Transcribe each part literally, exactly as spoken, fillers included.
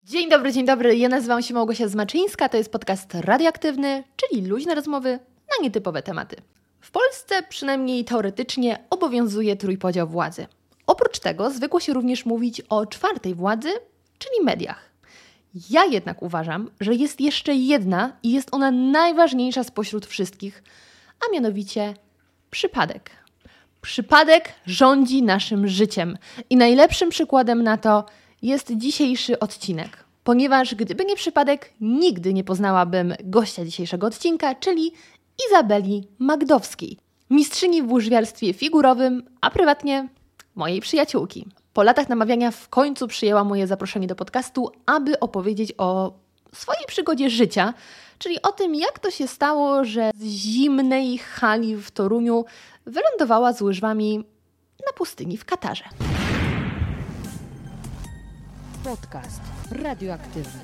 Dzień dobry, dzień dobry. Ja nazywam się Małgosia Zmaczyńska. To jest podcast radioaktywny, czyli luźne rozmowy na nietypowe tematy. W Polsce, przynajmniej teoretycznie, obowiązuje trójpodział władzy. Oprócz tego zwykło się również mówić o czwartej władzy, czyli mediach. Ja jednak uważam, że jest jeszcze jedna i jest ona najważniejsza spośród wszystkich, a mianowicie przypadek. Przypadek rządzi naszym życiem i najlepszym przykładem na to jest dzisiejszy odcinek, ponieważ gdyby nie przypadek, nigdy nie poznałabym gościa dzisiejszego odcinka, czyli Izabeli Magdowskiej, mistrzyni w łyżwiarstwie figurowym, a prywatnie mojej przyjaciółki. Po latach namawiania w końcu przyjęła moje zaproszenie do podcastu, aby opowiedzieć o swojej przygodzie życia, czyli o tym, jak to się stało, że z zimnej hali w Toruniu wylądowała z łyżwami na pustyni w Katarze. Podcast radioaktywny.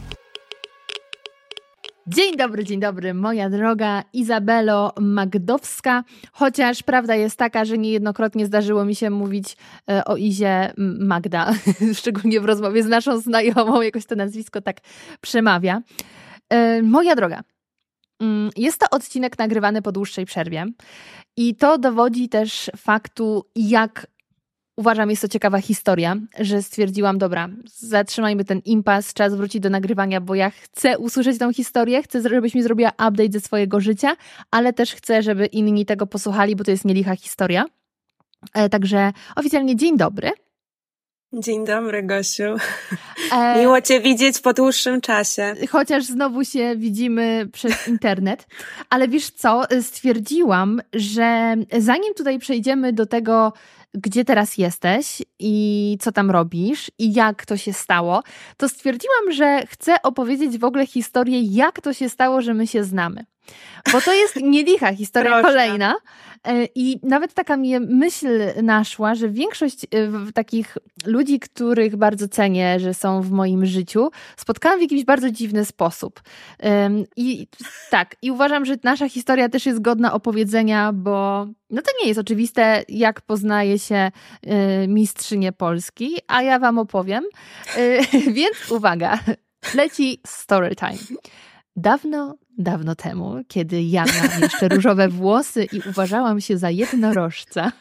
Dzień dobry, dzień dobry, moja droga Izabelo Magdowska. Chociaż prawda jest taka, że niejednokrotnie zdarzyło mi się mówić e, o Izie Magda, szczególnie w rozmowie z naszą znajomą, jakoś to nazwisko tak przemawia. E, moja droga, jest to odcinek nagrywany po dłuższej przerwie i to dowodzi też faktu, jak uważam, jest to ciekawa historia, że stwierdziłam, dobra, zatrzymajmy ten impas, czas wrócić do nagrywania, bo ja chcę usłyszeć tą historię, chcę, żebyś mi zrobiła update ze swojego życia, ale też chcę, żeby inni tego posłuchali, bo to jest nielicha historia. Także oficjalnie dzień dobry. Dzień dobry, Gosiu. E... Miło Cię widzieć po dłuższym czasie. Chociaż znowu się widzimy przez internet. Ale wiesz co, stwierdziłam, że zanim tutaj przejdziemy do tego, gdzie teraz jesteś i co tam robisz i jak to się stało, to stwierdziłam, że chcę opowiedzieć w ogóle historię, jak to się stało, że my się znamy. Bo to jest nielicha historia Proszę. kolejna i nawet taka mi myśl naszła, że większość takich ludzi, których bardzo cenię, że są w moim życiu, spotkałam w jakiś bardzo dziwny sposób. I tak, i uważam, że nasza historia też jest godna opowiedzenia, bo no to nie jest oczywiste, jak poznaje się mistrzynię Polski, a ja wam opowiem. Więc uwaga, leci story time. Dawno, dawno temu, kiedy ja miałam jeszcze różowe włosy i uważałam się za jednorożca,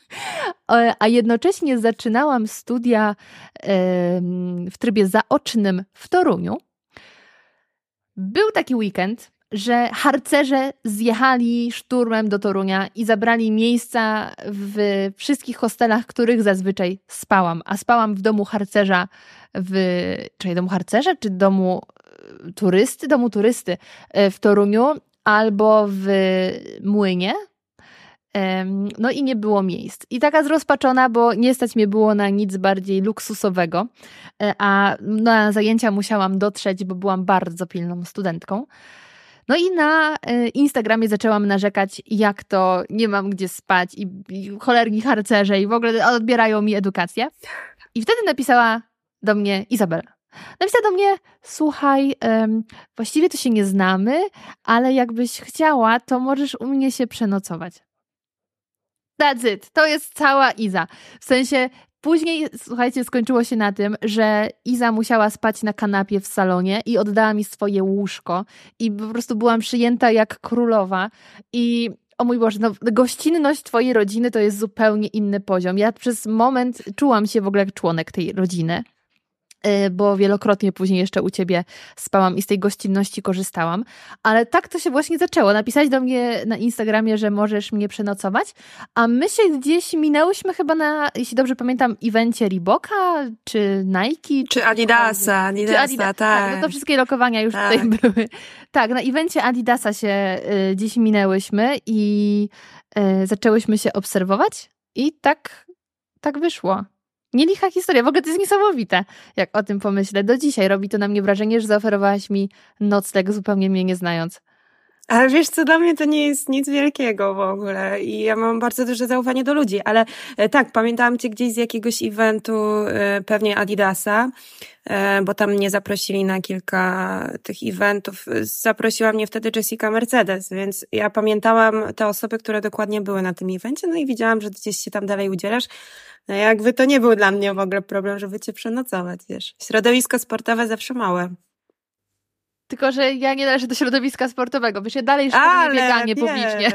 a jednocześnie zaczynałam studia w trybie zaocznym w Toruniu, był taki weekend, że harcerze zjechali szturmem do Torunia i zabrali miejsca w wszystkich hostelach, w których zazwyczaj spałam. A spałam w domu harcerza, w, czyli domu harcerza, czy domu turysty, domu turysty w Toruniu, albo w Młynie. No i nie było miejsc. I taka zrozpaczona, bo nie stać mnie było na nic bardziej luksusowego, a na zajęcia musiałam dotrzeć, bo byłam bardzo pilną studentką. No i na Instagramie zaczęłam narzekać, jak to nie mam gdzie spać i, i cholerni harcerze i w ogóle odbierają mi edukację. I wtedy napisała do mnie Izabela. Napisała do mnie, słuchaj, um, właściwie to się nie znamy, ale jakbyś chciała, to możesz u mnie się przenocować. That's it. To jest cała Iza. W sensie później, słuchajcie, skończyło się na tym, że Iza musiała spać na kanapie w salonie i oddała mi swoje łóżko i po prostu byłam przyjęta jak królowa i o mój Boże, no, gościnność twojej rodziny to jest zupełnie inny poziom. Ja przez moment czułam się w ogóle jak członek tej rodziny, bo wielokrotnie później jeszcze u ciebie spałam i z tej gościnności korzystałam. Ale tak to się właśnie zaczęło. Napisać do mnie na Instagramie, że możesz mnie przenocować, a my się gdzieś minęłyśmy chyba na, jeśli dobrze pamiętam, evencie Reeboka, czy Nike. Czy Adidasa, Adidasa, czy Adidasa, tak. tak. No to wszystkie lokowania już tak. tutaj były. Tak, na evencie Adidasa się y, gdzieś minęłyśmy i y, zaczęłyśmy się obserwować i tak, tak wyszło. Nielicha historia, w ogóle to jest niesamowite, jak o tym pomyślę. Do dzisiaj robi to na mnie wrażenie, że zaoferowałaś mi nocleg zupełnie mnie nie znając. Ale wiesz co, dla mnie to nie jest nic wielkiego w ogóle i ja mam bardzo duże zaufanie do ludzi, ale tak, pamiętałam cię gdzieś z jakiegoś eventu, pewnie Adidasa, bo tam mnie zaprosili na kilka tych eventów. Zaprosiła mnie wtedy Jessica Mercedes, więc ja pamiętałam te osoby, które dokładnie były na tym evencie, no i widziałam, że gdzieś się tam dalej udzielasz. No jakby to nie był dla mnie w ogóle problem, żeby cię przenocować, wiesz. Środowisko sportowe zawsze małe. Tylko, że ja nie należę do środowiska sportowego, wiesz, ja dalej szkołuję bieganie wiesz. publicznie.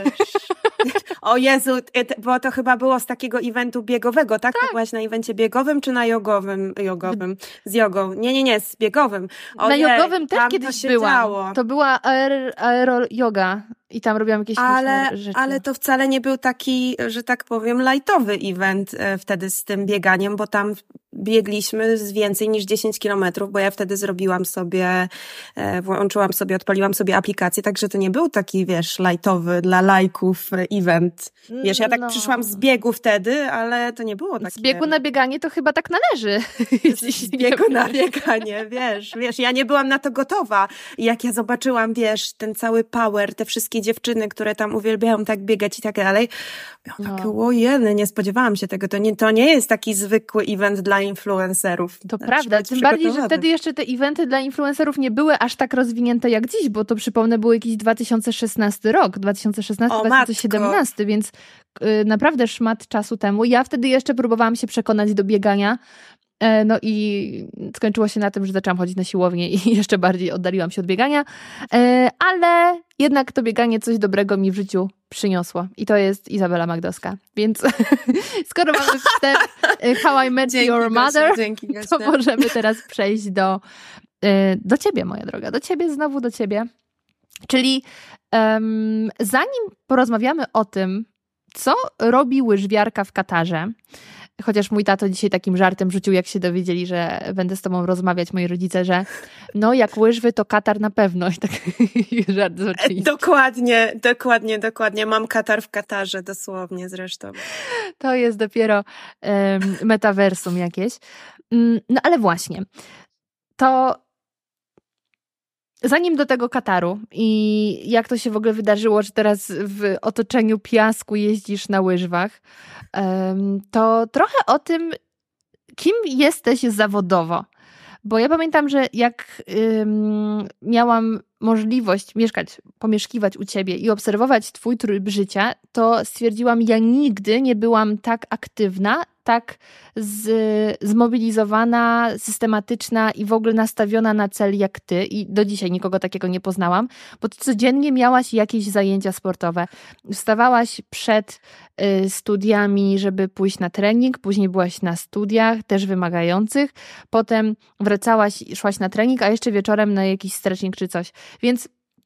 O Jezu, bo to chyba było z takiego eventu biegowego, tak? tak. To byłaś na evencie biegowym czy na jogowym? jogowym? Z jogą. Nie, nie, nie, z biegowym. Ojej, na jogowym też kiedyś byłam. To była aer, aero yoga. I tam robiłam jakieś ale, rzeczy. Ale to wcale nie był taki, że tak powiem, lightowy event wtedy z tym bieganiem, bo tam biegliśmy z więcej niż dziesięć kilometrów, bo ja wtedy zrobiłam sobie, włączyłam sobie, odpaliłam sobie aplikację, także to nie był taki, wiesz, lightowy dla lajków event. Wiesz, ja tak no. przyszłam z biegu wtedy, ale to nie było takie... Z biegu na bieganie to chyba tak należy. Z biegu na bieganie, wiesz, wiesz, ja nie byłam na to gotowa. I jak ja zobaczyłam, wiesz, ten cały power, te wszystkie dziewczyny, które tam uwielbiają tak biegać i tak dalej. Miałam takie, no. ojeny, nie spodziewałam się tego. To nie, to nie jest taki zwykły event dla influencerów. To znaczy, prawda, tym bardziej, że wtedy jeszcze te eventy dla influencerów nie były aż tak rozwinięte jak dziś, bo to przypomnę był jakiś dwa tysiące szesnasty rok, dwa tysiące szesnasty dwa tysiące siedemnasty, więc yy, naprawdę szmat czasu temu. Ja wtedy jeszcze próbowałam się przekonać do biegania. No i skończyło się na tym, że zaczęłam chodzić na siłownię i jeszcze bardziej oddaliłam się od biegania, ale jednak to bieganie coś dobrego mi w życiu przyniosło i to jest Izabela Magdowska. Więc skoro mamy wstęp How I Met dzięki, Your Mother, Gosia, dzięki, Gosia. To możemy teraz przejść do, do ciebie, moja droga, do ciebie, znowu do ciebie. Czyli um, zanim porozmawiamy o tym, co robi łyżwiarka w Katarze, chociaż mój tato dzisiaj takim żartem rzucił, jak się dowiedzieli, że będę z tobą rozmawiać, moi rodzice, że no jak łyżwy, to Katar na pewno. I tak żart zaczęli. Dokładnie, dokładnie, dokładnie. Mam Katar w Katarze, dosłownie zresztą. To jest dopiero um, metaversum jakieś. No ale właśnie, to zanim do tego Kataru i jak to się w ogóle wydarzyło, że teraz w otoczeniu piasku jeździsz na łyżwach, to trochę o tym, kim jesteś zawodowo. Bo ja pamiętam, że jak ym, miałam możliwość mieszkać, pomieszkiwać u ciebie i obserwować twój tryb życia, to stwierdziłam, ja nigdy nie byłam tak aktywna, tak z, zmobilizowana, systematyczna i w ogóle nastawiona na cel jak ty. I do dzisiaj nikogo takiego nie poznałam, bo ty codziennie miałaś jakieś zajęcia sportowe. Wstawałaś przed y, studiami, żeby pójść na trening, później byłaś na studiach, też wymagających, potem wracałaś i szłaś na trening, a jeszcze wieczorem na jakiś stretching czy coś. Więc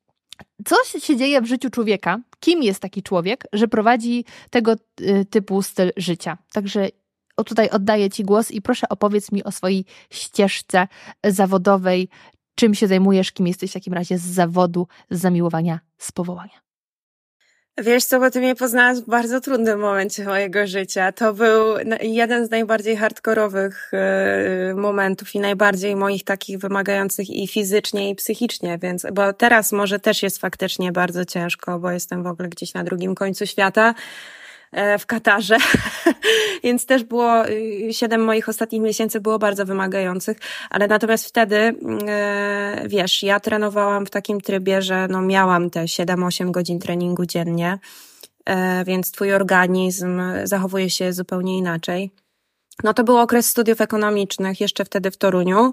co się dzieje w życiu człowieka? Kim jest taki człowiek, że prowadzi tego typu styl życia? Także o tutaj oddaję ci głos i proszę opowiedz mi o swojej ścieżce zawodowej. Czym się zajmujesz? Kim jesteś w takim razie z zawodu, z zamiłowania, z powołania? Wiesz co, bo ty mnie poznałaś w bardzo trudnym momencie mojego życia. To był jeden z najbardziej hardkorowych momentów i najbardziej moich takich wymagających i fizycznie, i psychicznie, więc, bo teraz może też jest faktycznie bardzo ciężko, bo jestem w ogóle gdzieś na drugim końcu świata, w Katarze, więc też było, siedem moich ostatnich miesięcy było bardzo wymagających, ale natomiast wtedy, wiesz, ja trenowałam w takim trybie, że no miałam te siedem osiem godzin treningu dziennie, więc twój organizm zachowuje się zupełnie inaczej. No to był okres studiów ekonomicznych, jeszcze wtedy w Toruniu,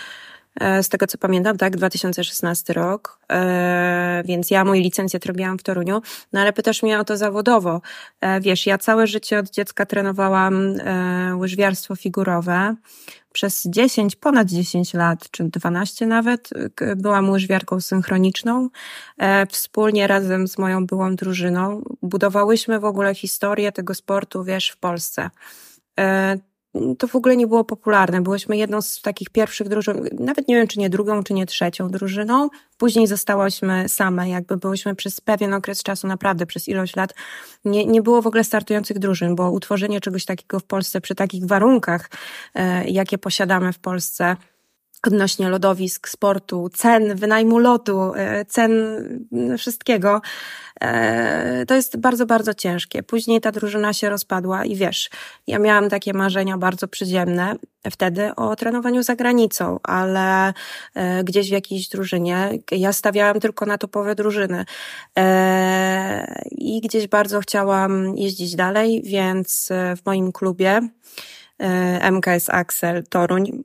z tego co pamiętam, tak, dwa tysiące szesnasty rok, e, więc ja moje licencje robiłam w Toruniu, no ale pytasz mnie o to zawodowo. E, wiesz, ja całe życie od dziecka trenowałam e, łyżwiarstwo figurowe. Przez dziesięć, ponad dziesięć lat, czy dwanaście nawet, byłam łyżwiarką synchroniczną. E, wspólnie razem z moją byłą drużyną budowałyśmy w ogóle historię tego sportu, wiesz, w Polsce. E, To w ogóle nie było popularne. Byłyśmy jedną z takich pierwszych drużyn, nawet nie wiem, czy nie drugą, czy nie trzecią drużyną. Później zostałyśmy same, jakby byłyśmy przez pewien okres czasu, naprawdę przez ilość lat. Nie, nie było w ogóle startujących drużyn, bo utworzenie czegoś takiego w Polsce przy takich warunkach, e, jakie posiadamy w Polsce, odnośnie lodowisk, sportu, cen, wynajmu lotu, cen wszystkiego. To jest bardzo, bardzo ciężkie. Później ta drużyna się rozpadła i wiesz, ja miałam takie marzenia bardzo przyziemne wtedy o trenowaniu za granicą, ale gdzieś w jakiejś drużynie ja stawiałam tylko na topowe drużyny i gdzieś bardzo chciałam jeździć dalej, więc w moim klubie M K S Axel Toruń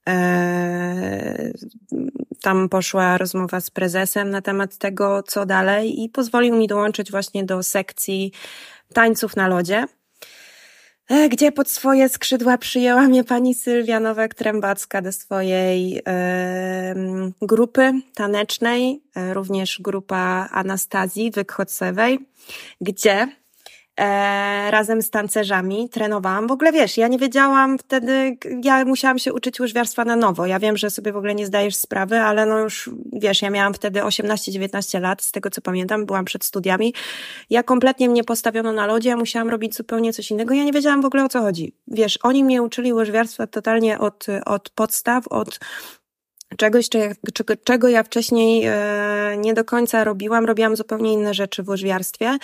tam poszła rozmowa z prezesem na temat tego, co dalej i pozwolił mi dołączyć właśnie do sekcji tańców na lodzie, gdzie pod swoje skrzydła przyjęła mnie pani Sylwia Nowak-Trębacka do swojej e, grupy tanecznej, e, również grupa Anastazji Wykhodcewej, gdzie E, razem z tancerzami trenowałam. W ogóle wiesz, ja nie wiedziałam wtedy, ja musiałam się uczyć łyżwiarstwa na nowo. Ja wiem, że sobie w ogóle nie zdajesz sprawy, ale no już wiesz, ja miałam wtedy osiemnaście dziewiętnaście lat, z tego co pamiętam, byłam przed studiami. Ja kompletnie mnie postawiono na lodzie, ja musiałam robić zupełnie coś innego. Ja nie wiedziałam w ogóle o co chodzi. Wiesz, oni mnie uczyli łyżwiarstwa totalnie od, od podstaw, od czegoś, czego, czego ja wcześniej e, nie do końca robiłam. Robiłam zupełnie inne rzeczy w łyżwiarstwie.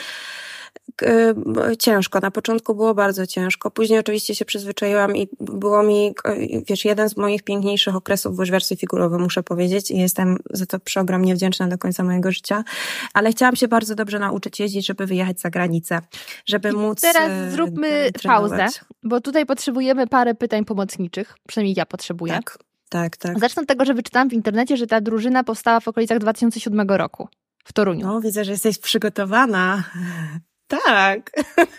Ciężko. Na początku było bardzo ciężko. Później oczywiście się przyzwyczaiłam i było mi, wiesz, jeden z moich piękniejszych okresów w łyżwiarstwie figurowym, muszę powiedzieć, i jestem za to przeogromnie wdzięczna do końca mojego życia. Ale chciałam się bardzo dobrze nauczyć jeździć, żeby wyjechać za granicę, żeby I móc teraz zróbmy trenować. pauzę, bo tutaj potrzebujemy parę pytań pomocniczych, przynajmniej ja potrzebuję. Tak, tak, tak. Zacznę od tego, że wyczytałam w internecie, że ta drużyna powstała w okolicach dwa tysiące siódmego roku w Toruniu. No, widzę, że jesteś przygotowana. Tak.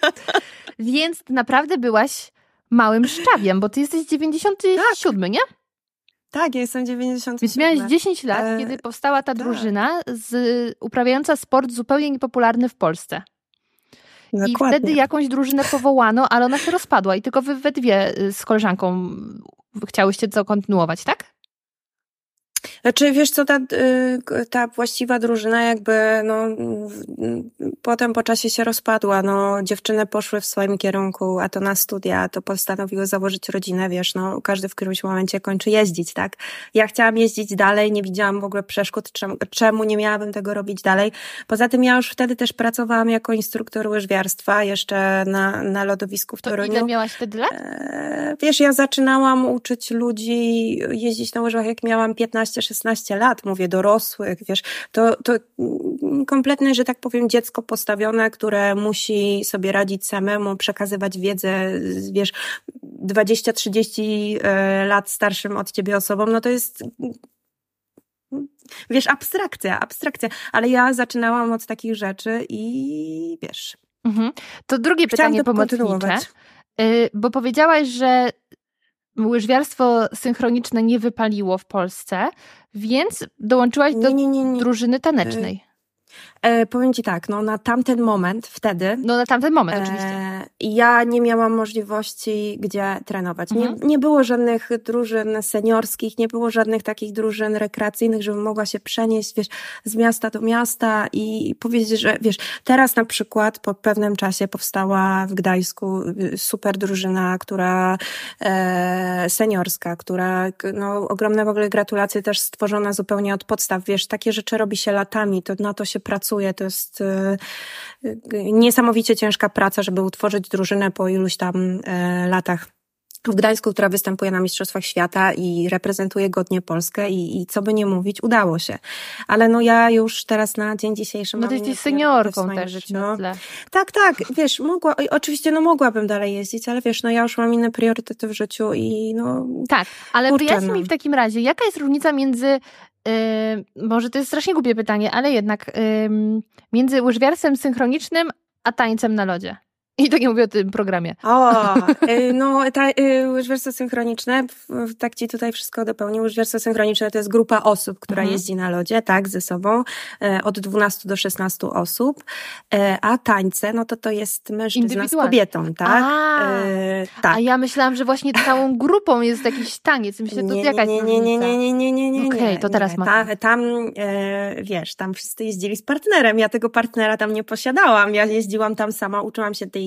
Więc naprawdę byłaś małym szczawiem, bo ty jesteś dziewięćdziesiąty siódmy, tak. Nie? Tak, ja jestem dziewięćdziesiąty siódmy. Więc miałeś dziesięć lat, e... kiedy powstała ta tak. drużyna z, uprawiająca sport zupełnie niepopularny w Polsce. Dokładnie. I wtedy jakąś drużynę powołano, ale ona się rozpadła i tylko wy we dwie z koleżanką chciałyście to kontynuować, tak? Znaczy, wiesz co, ta, ta właściwa drużyna jakby, no, potem po czasie się rozpadła, no, dziewczyny poszły w swoim kierunku, a to na studia, a to postanowiły założyć rodzinę, wiesz, no, każdy w którymś momencie kończy jeździć, tak? Ja chciałam jeździć dalej, nie widziałam w ogóle przeszkód, czemu, czemu nie miałabym tego robić dalej. Poza tym ja już wtedy też pracowałam jako instruktor łyżwiarstwa, jeszcze na, na lodowisku w Toruniu. To ile miałaś wtedy lat? E, wiesz, ja zaczynałam uczyć ludzi jeździć na łyżwach, jak miałam piętnaście szesnaście lat, mówię dorosłych, wiesz, to, to kompletne, że tak powiem, dziecko postawione, które musi sobie radzić samemu, przekazywać wiedzę, wiesz, dwadzieścia trzydzieści lat starszym od ciebie osobom, no to jest, wiesz, abstrakcja, abstrakcja, ale ja zaczynałam od takich rzeczy i wiesz. Mhm. To drugie pytanie pomocnicze, bo powiedziałaś, że łyżwiarstwo synchroniczne nie wypaliło w Polsce, więc dołączyłaś do nie, nie, nie, nie. drużyny tanecznej. E, powiem ci tak, no na tamten moment, wtedy... No na tamten moment, e, oczywiście. Ja nie miałam możliwości, gdzie trenować. Mhm. Nie, nie było żadnych drużyn seniorskich, nie było żadnych takich drużyn rekreacyjnych, żebym mogła się przenieść, wiesz, z miasta do miasta i powiedzieć, że wiesz, teraz na przykład po pewnym czasie powstała w Gdańsku super drużyna, która e, seniorska, która, no ogromne w ogóle gratulacje, też stworzona zupełnie od podstaw, wiesz, takie rzeczy robi się latami, to na to się pracuje. To jest y, y, niesamowicie ciężka praca, żeby utworzyć drużynę po iluś tam y, latach w Gdańsku, która występuje na Mistrzostwach Świata i reprezentuje godnie Polskę i, i co by nie mówić, udało się. Ale no ja już teraz na dzień dzisiejszy... No ty jesteś seniorką też. Życiu, no. Tak, tak, wiesz, mogła, oczywiście no mogłabym dalej jeździć, ale wiesz, no ja już mam inne priorytety w życiu i no... Tak, ale kurczę, wyjaśnij no. mi w takim razie, jaka jest różnica między... Yy, może to jest strasznie głupie pytanie, ale jednak yy, między łyżwiarstwem synchronicznym a tańcem na lodzie. I tak nie mówię o tym programie. O, y, no ta, y, łyżwiarstwo synchroniczne, w, tak ci tutaj wszystko dopełnię, łyżwiarstwo synchroniczne to jest grupa osób, która mhm. jeździ na lodzie, tak, ze sobą, y, od dwunastu do szesnastu osób, y, a tańce, no to to jest mężczyzna z kobietą, tak? A, y, tak. a ja myślałam, że właśnie całą grupą jest jakiś taniec. Myślę, to nie, jakaś nie, nie, nie, nie, nie, nie, nie, nie. Okej, okay, to teraz nie. mam. Ta, tam, y, wiesz, tam wszyscy jeździli z partnerem, ja tego partnera tam nie posiadałam, ja jeździłam tam sama, uczyłam się tej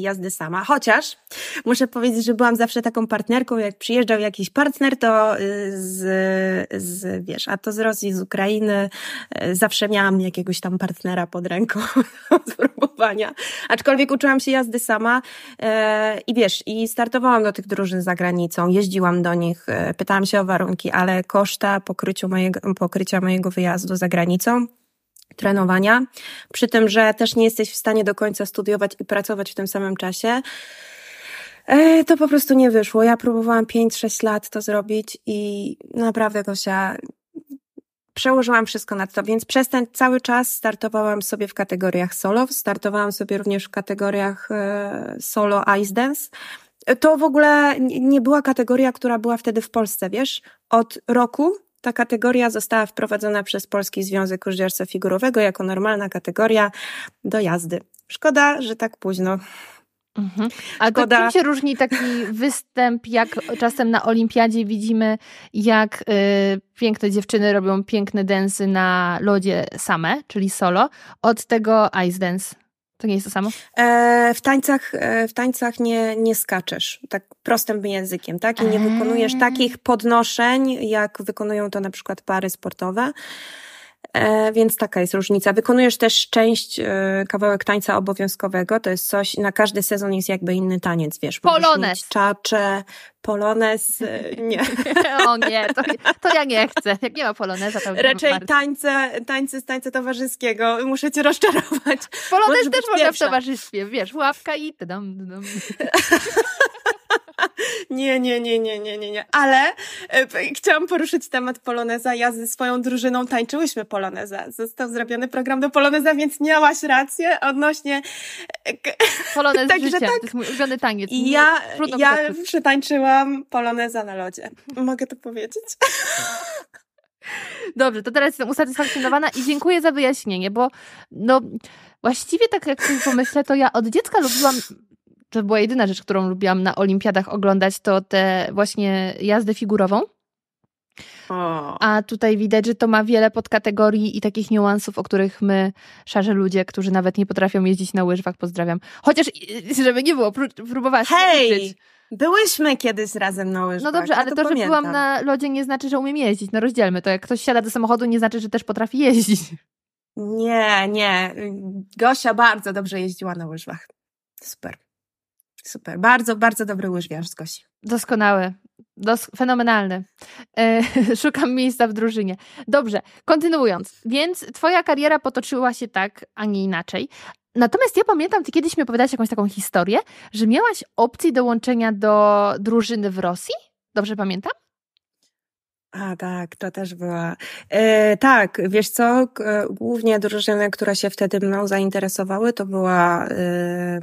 jazdy sama. Chociaż muszę powiedzieć, że byłam zawsze taką partnerką, jak przyjeżdżał jakiś partner, to z, z wiesz, a to z Rosji, z Ukrainy, zawsze miałam jakiegoś tam partnera pod ręką do spróbowania. Aczkolwiek uczyłam się jazdy sama e, i wiesz, i startowałam do tych drużyn za granicą, jeździłam do nich, e, pytałam się o warunki, ale koszta pokryciu mojego, pokrycia mojego wyjazdu za granicą, trenowania, przy tym, że też nie jesteś w stanie do końca studiować i pracować w tym samym czasie, e, to po prostu nie wyszło. Ja próbowałam pięć sześć lat to zrobić i naprawdę, Gosia, przełożyłam wszystko na to, więc przez ten cały czas startowałam sobie w kategoriach solo, startowałam sobie również w kategoriach e, solo ice dance. To w ogóle nie była kategoria, która była wtedy w Polsce, wiesz? Od roku ta kategoria została wprowadzona przez Polski Związek Łyżwiarstwa Figurowego jako normalna kategoria do jazdy. Szkoda, że tak późno. Mhm. A to czym się różni taki występ, jak czasem na olimpiadzie widzimy, jak y, piękne dziewczyny robią piękne densy na lodzie same, czyli solo, od tego ice dance? To nie jest to samo? E, w tańcach, e, w tańcach nie, nie skaczesz tak prostym językiem, tak? I nie eee. wykonujesz takich podnoszeń, jak wykonują to na przykład pary sportowe. E, więc taka jest różnica. Wykonujesz też część, e, kawałek tańca obowiązkowego, to jest coś, na każdy sezon jest jakby inny taniec, wiesz. Polonez. Czacze, polonez, e, nie. O nie, to, to ja nie chcę. Jak nie ma poloneza, to raczej tańce, tańce z tańca towarzyskiego. Muszę cię rozczarować. Polonez też można w towarzystwie, wiesz, łapka i tadam, tadam. Nie, nie, nie, nie, nie, nie, nie. Ale e, chciałam poruszyć temat poloneza. Ja ze swoją drużyną tańczyłyśmy poloneza. Został zrobiony program do poloneza, więc miałaś rację odnośnie... Polonez Także życia, tak, to jest mój ulubiony taniec. Ja, ja przetańczyłam poloneza na lodzie. Mogę to powiedzieć? Dobrze, to teraz jestem usatysfakcjonowana i dziękuję za wyjaśnienie, bo no właściwie tak jak sobie pomyślę, to ja od dziecka lubiłam... To była jedyna rzecz, którą lubiłam na olimpiadach oglądać, to tę właśnie jazdę figurową. O. A tutaj widać, że to ma wiele podkategorii i takich niuansów, o których my, szarzy ludzie, którzy nawet nie potrafią jeździć na łyżwach, pozdrawiam. Chociaż, żeby nie było, próbowałaś Hej! uczyć. Byłyśmy kiedyś razem na łyżwach. No dobrze, ale ja to, to, że pamiętam. byłam na lodzie, nie znaczy, że umiem jeździć. No rozdzielmy to. Jak ktoś siada do samochodu, nie znaczy, że też potrafi jeździć. Nie, nie. Gosia bardzo dobrze jeździła na łyżwach. Super. Super. Bardzo, bardzo dobry łyżwiarz z Gosi. Doskonały. Dos- fenomenalny. E, szukam miejsca w drużynie. Dobrze, kontynuując. Więc twoja kariera potoczyła się tak, a nie inaczej. Natomiast ja pamiętam, ty kiedyś mi opowiadałaś jakąś taką historię, że miałaś opcję dołączenia do drużyny w Rosji? Dobrze pamiętam? A tak, to też była. E, tak, wiesz co, K- głównie drużyny, które się wtedy mną zainteresowały, to była e,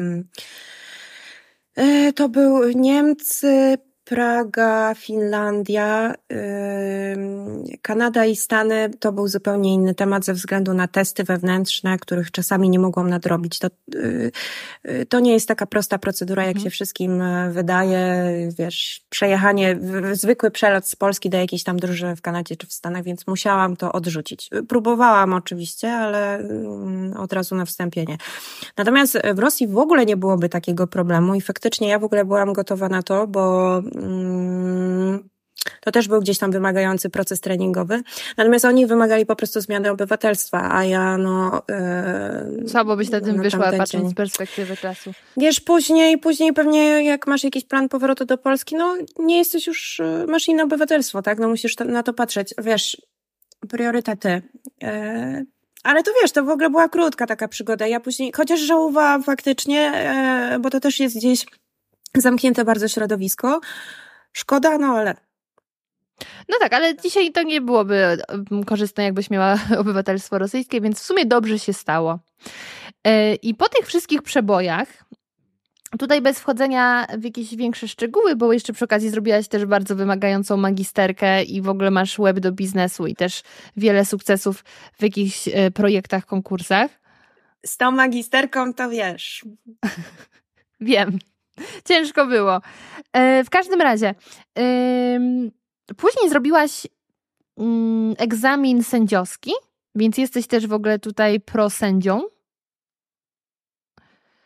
e, to były Niemcy, Praga, Finlandia, yy, Kanada i Stany. To był zupełnie inny temat ze względu na testy wewnętrzne, których czasami nie mogłam nadrobić. To, yy, yy, to nie jest taka prosta procedura, jak mhm. się wszystkim wydaje. Wiesz, przejechanie, w, zwykły przelot z Polski do jakiejś tam drużyny w Kanadzie czy w Stanach, więc musiałam to odrzucić. Próbowałam oczywiście, ale yy, od razu na wstępie nie. Natomiast w Rosji w ogóle nie byłoby takiego problemu i faktycznie ja w ogóle byłam gotowa na to, bo to też był gdzieś tam wymagający proces treningowy. Natomiast oni wymagali po prostu zmiany obywatelstwa, a ja no... Yy, Słabo byś na tym no, wyszła, patrząc z perspektywy czasu. Wiesz, później, później pewnie jak masz jakiś plan powrotu do Polski, no nie jesteś już, masz inne obywatelstwo, tak? No musisz to, na to patrzeć. Wiesz, priorytety. Yy, ale to wiesz, to w ogóle była krótka taka przygoda. Ja później, chociaż żałowałam faktycznie, yy, bo to też jest gdzieś zamknięte bardzo środowisko. Szkoda, no ale... No tak, ale dzisiaj to nie byłoby korzystne, jakbyś miała obywatelstwo rosyjskie, więc w sumie dobrze się stało. I po tych wszystkich przebojach, tutaj bez wchodzenia w jakieś większe szczegóły, bo jeszcze przy okazji zrobiłaś też bardzo wymagającą magisterkę i w ogóle masz łeb do biznesu i też wiele sukcesów w jakichś projektach, konkursach. Z tą magisterką to wiesz. Wiem. Ciężko było. E, w każdym razie, e, później zrobiłaś mm, egzamin sędziowski, więc jesteś też w ogóle tutaj prosędzią.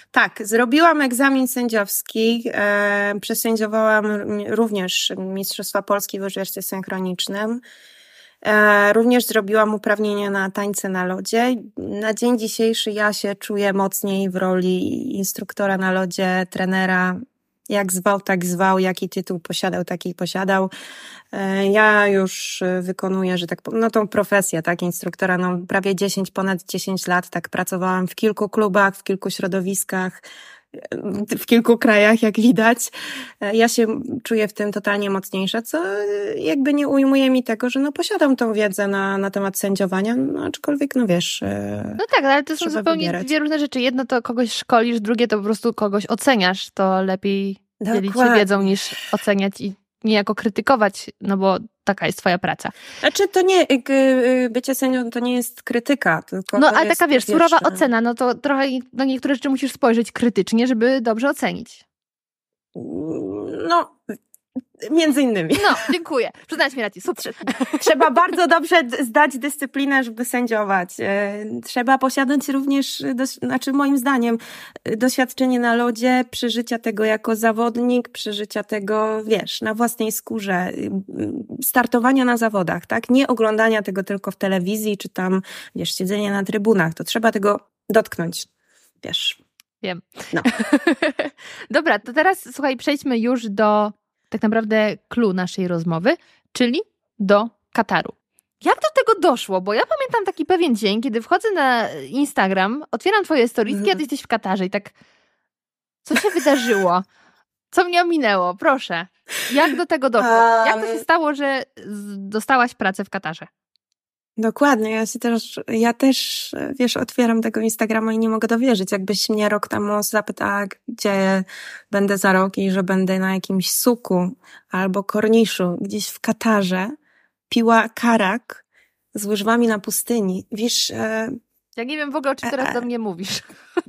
Tak, zrobiłam egzamin sędziowski, e, przesędziowałam również Mistrzostwa Polski w łyżwiarstwie synchronicznym. E, również zrobiłam uprawnienia na tańce na lodzie. Na dzień dzisiejszy ja się czuję mocniej w roli instruktora na lodzie, trenera. Jak zwał, tak zwał, jaki tytuł posiadał, taki posiadał. E, ja już wykonuję, że tak powiem, no tą profesję, tak, instruktora, no prawie dziesięć, ponad dziesięć lat, tak pracowałam w kilku klubach, w kilku środowiskach, w kilku krajach, jak widać. Ja się czuję w tym totalnie mocniejsza, co jakby nie ujmuje mi tego, że no posiadam tą wiedzę na, na temat sędziowania, no aczkolwiek, no wiesz... No tak, ale to są zupełnie wybierać. Dwie różne rzeczy. Jedno to kogoś szkolisz, drugie to po prostu kogoś oceniasz. To lepiej dzielić się wiedzą niż oceniać i niejako krytykować, no bo taka jest twoja praca. Znaczy to nie, bycie sędzią to nie jest krytyka, tylko no to ale jest, taka wiesz, wiesz, surowa ocena, no to trochę na niektóre rzeczy musisz spojrzeć krytycznie, żeby dobrze ocenić. No, między innymi. No, dziękuję. Przyznać mi rację, super. Trzeba bardzo dobrze zdać dyscyplinę, żeby sędziować. Trzeba posiadać również, znaczy moim zdaniem, doświadczenie na lodzie, przeżycia tego jako zawodnik, przeżycia tego, wiesz, na własnej skórze, startowania na zawodach, tak? Nie oglądania tego tylko w telewizji, czy tam, wiesz, siedzenia na trybunach. To trzeba tego dotknąć, wiesz. Wiem. No. Dobra, to teraz, słuchaj, przejdźmy już do tak naprawdę clue naszej rozmowy, czyli do Kataru. Jak do tego doszło? Bo ja pamiętam taki pewien dzień, kiedy wchodzę na Instagram, otwieram twoje storyski, mm. a ty jesteś w Katarze i tak, co się wydarzyło? Co mnie ominęło? Proszę. Jak do tego doszło? Jak to się stało, że dostałaś pracę w Katarze? Dokładnie, ja się też, ja też, wiesz, otwieram tego Instagrama i nie mogę dowierzyć. Jakbyś mnie rok temu zapytała, gdzie będę za rok i że będę na jakimś suku albo korniszu gdzieś w Katarze, piła karak z łyżwami na pustyni. Wiesz... E, ja nie wiem w ogóle, o czym teraz e, do mnie mówisz.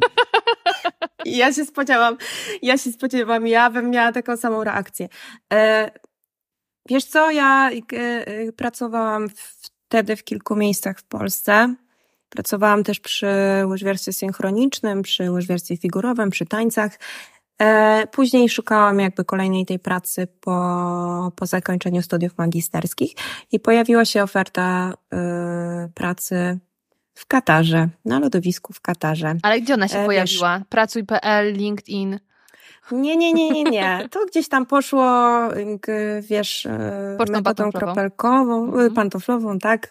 Ja się spodziewałam, ja się spodziewałam, ja bym miała taką samą reakcję. E, wiesz co, ja e, pracowałam w wtedy w kilku miejscach w Polsce. Pracowałam też przy łyżwiarstwie synchronicznym, przy łyżwiarstwie figurowym, przy tańcach. E, później szukałam jakby kolejnej tej pracy po, po zakończeniu studiów magisterskich i pojawiła się oferta e, pracy w Katarze, na lodowisku w Katarze. Ale gdzie ona się e, pojawiła? Wiesz, Pracuj kropka pe el, LinkedIn? Nie, nie, nie, nie, nie. To gdzieś tam poszło, wiesz, Pocztą metodą kropelkową, mhm. pantoflową, tak.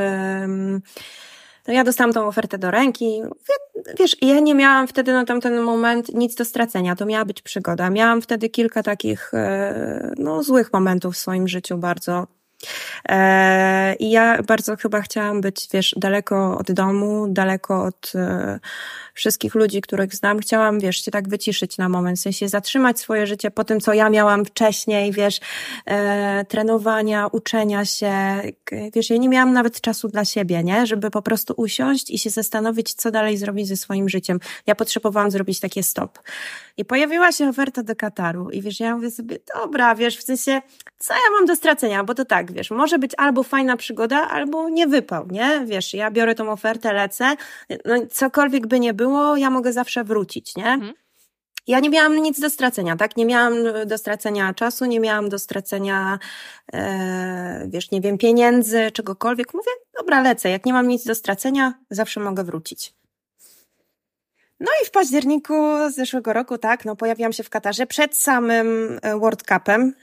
No ja dostałam tą ofertę do ręki. Wiesz, ja nie miałam wtedy na tamten moment nic do stracenia. To miała być przygoda. Miałam wtedy kilka takich, no, złych momentów w swoim życiu bardzo. I ja bardzo chyba chciałam być, wiesz, daleko od domu, daleko od e, wszystkich ludzi, których znam. Chciałam, wiesz, się tak wyciszyć na moment, w sensie zatrzymać swoje życie po tym, co ja miałam wcześniej, wiesz, e, trenowania, uczenia się. Wiesz, ja nie miałam nawet czasu dla siebie, nie? Żeby po prostu usiąść i się zastanowić, co dalej zrobić ze swoim życiem. Ja potrzebowałam zrobić takie stop. I pojawiła się oferta do Kataru i wiesz, ja mówię sobie, dobra, wiesz, w sensie, co ja mam do stracenia, bo to tak, wiesz, może być albo fajna przygoda, albo nie wypał, nie? Wiesz, ja biorę tą ofertę, lecę, no cokolwiek by nie było, ja mogę zawsze wrócić, nie? Mhm. Ja nie miałam nic do stracenia, tak? Nie miałam do stracenia czasu, nie miałam do stracenia, e, wiesz, nie wiem, pieniędzy, czegokolwiek. Mówię, dobra, lecę, jak nie mam nic do stracenia, zawsze mogę wrócić. No i w październiku zeszłego roku, tak, no pojawiłam się w Katarze przed samym World Cupem,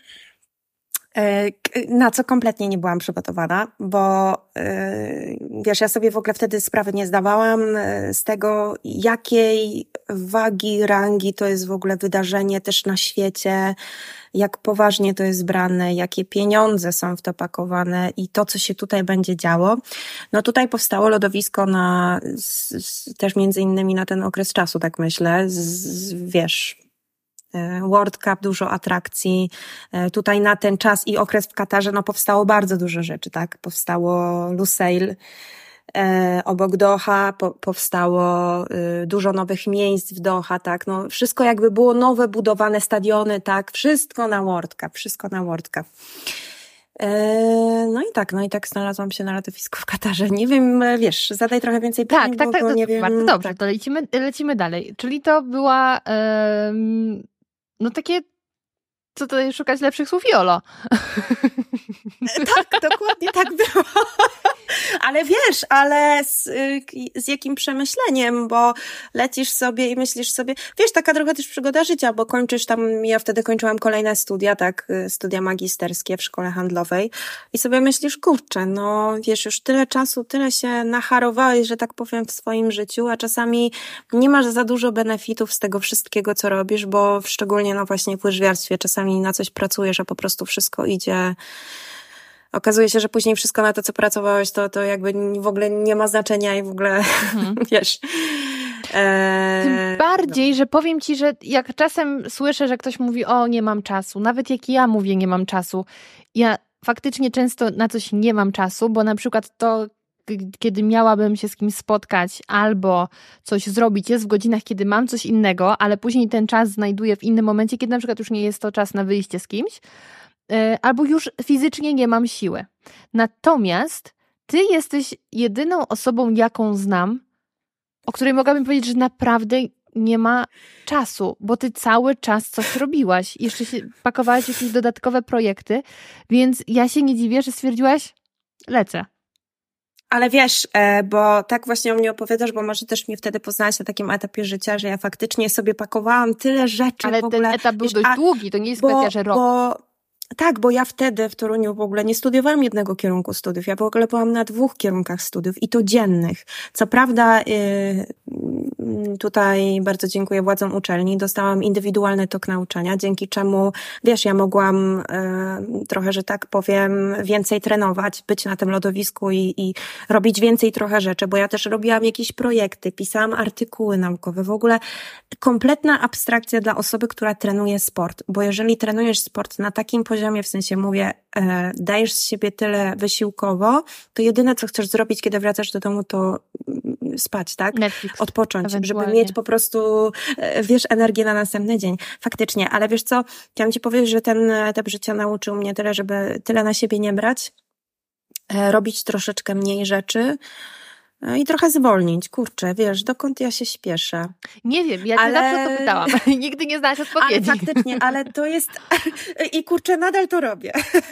na co kompletnie nie byłam przygotowana, bo wiesz, ja sobie w ogóle wtedy sprawy nie zdawałam z tego, jakiej wagi, rangi to jest w ogóle wydarzenie też na świecie, jak poważnie to jest brane, jakie pieniądze są w to pakowane i to, co się tutaj będzie działo. No tutaj powstało lodowisko na, z, z, też między innymi na ten okres czasu, tak myślę, z, z, wiesz, World Cup, dużo atrakcji. Tutaj na ten czas i okres w Katarze, no powstało bardzo dużo rzeczy, tak? Powstało Lusail, E, obok Doha, po, powstało y, dużo nowych miejsc w Doha, tak, no wszystko jakby było nowe, budowane stadiony, tak, wszystko na World Cup, wszystko na World Cup. No i tak, no i tak znalazłam się na lodowisku w Katarze. Nie wiem, wiesz, zadaj trochę więcej pytań, Tak, tak, bo, tak, bo to nie wiem. bardzo dobrze, Tak. to lecimy, lecimy dalej. Czyli to była um, no takie, co tutaj szukać lepszych słów, jolo. Tak, dokładnie tak było. Ale wiesz, ale z, z jakim przemyśleniem, bo lecisz sobie i myślisz sobie, wiesz, taka trochę też przygoda życia, bo kończysz tam, ja wtedy kończyłam kolejne studia, tak, studia magisterskie w szkole handlowej i sobie myślisz, kurczę, no wiesz, już tyle czasu, tyle się nacharowałeś, że tak powiem, w swoim życiu, a czasami nie masz za dużo benefitów z tego wszystkiego, co robisz, bo szczególnie, no właśnie w łyżwiarstwie czasami na coś pracujesz, a po prostu wszystko idzie. Okazuje się, że później wszystko na to, co pracowałeś, to, to jakby w ogóle nie ma znaczenia i w ogóle, mhm. wiesz. E... Tym bardziej, no. że powiem ci, że jak czasem słyszę, że ktoś mówi, o, nie mam czasu, nawet jak ja mówię, nie mam czasu, ja faktycznie często na coś nie mam czasu, bo na przykład to, kiedy miałabym się z kimś spotkać albo coś zrobić, jest w godzinach, kiedy mam coś innego, ale później ten czas znajduję w innym momencie, kiedy na przykład już nie jest to czas na wyjście z kimś, albo już fizycznie nie mam siły. Natomiast ty jesteś jedyną osobą, jaką znam, o której mogłabym powiedzieć, że naprawdę nie ma czasu, bo ty cały czas coś robiłaś. Jeszcze się pakowałaś jakieś dodatkowe projekty, więc ja się nie dziwię, że stwierdziłaś, lecę. Ale wiesz, bo tak właśnie o mnie opowiadasz, bo może też mnie wtedy poznałaś na takim etapie życia, że ja faktycznie sobie pakowałam tyle rzeczy. Ale w ogóle, ten etap był wiesz, dość a, długi, to nie jest bo, kwestia, że rok. Bo, tak, bo ja wtedy w Toruniu w ogóle nie studiowałam jednego kierunku studiów. Ja w ogóle byłam na dwóch kierunkach studiów i to dziennych. Co prawda yy, tutaj bardzo dziękuję władzom uczelni. Dostałam indywidualny tok nauczania, dzięki czemu, wiesz, ja mogłam yy, trochę, że tak powiem, więcej trenować, być na tym lodowisku i, i robić więcej trochę rzeczy, bo ja też robiłam jakieś projekty, pisałam artykuły naukowe. W ogóle kompletna abstrakcja dla osoby, która trenuje sport, bo jeżeli trenujesz sport na takim poziomie, w sensie mówię, e, dajesz z siebie tyle wysiłkowo, to jedyne, co chcesz zrobić, kiedy wracasz do domu, to spać, tak? Netflix, odpocząć, żeby mieć po prostu, e, wiesz, energię na następny dzień. Faktycznie, ale wiesz co, chciałam ci powiedzieć, że ten etap życia nauczył mnie tyle, żeby tyle na siebie nie brać, e, robić troszeczkę mniej rzeczy, i trochę zwolnić. Kurczę, wiesz, dokąd ja się śpieszę? Nie wiem, ja cię ale... zawsze o to pytałam. Nigdy nie znałaś odpowiedzi. Ale faktycznie, ale to jest... I kurczę, nadal to robię.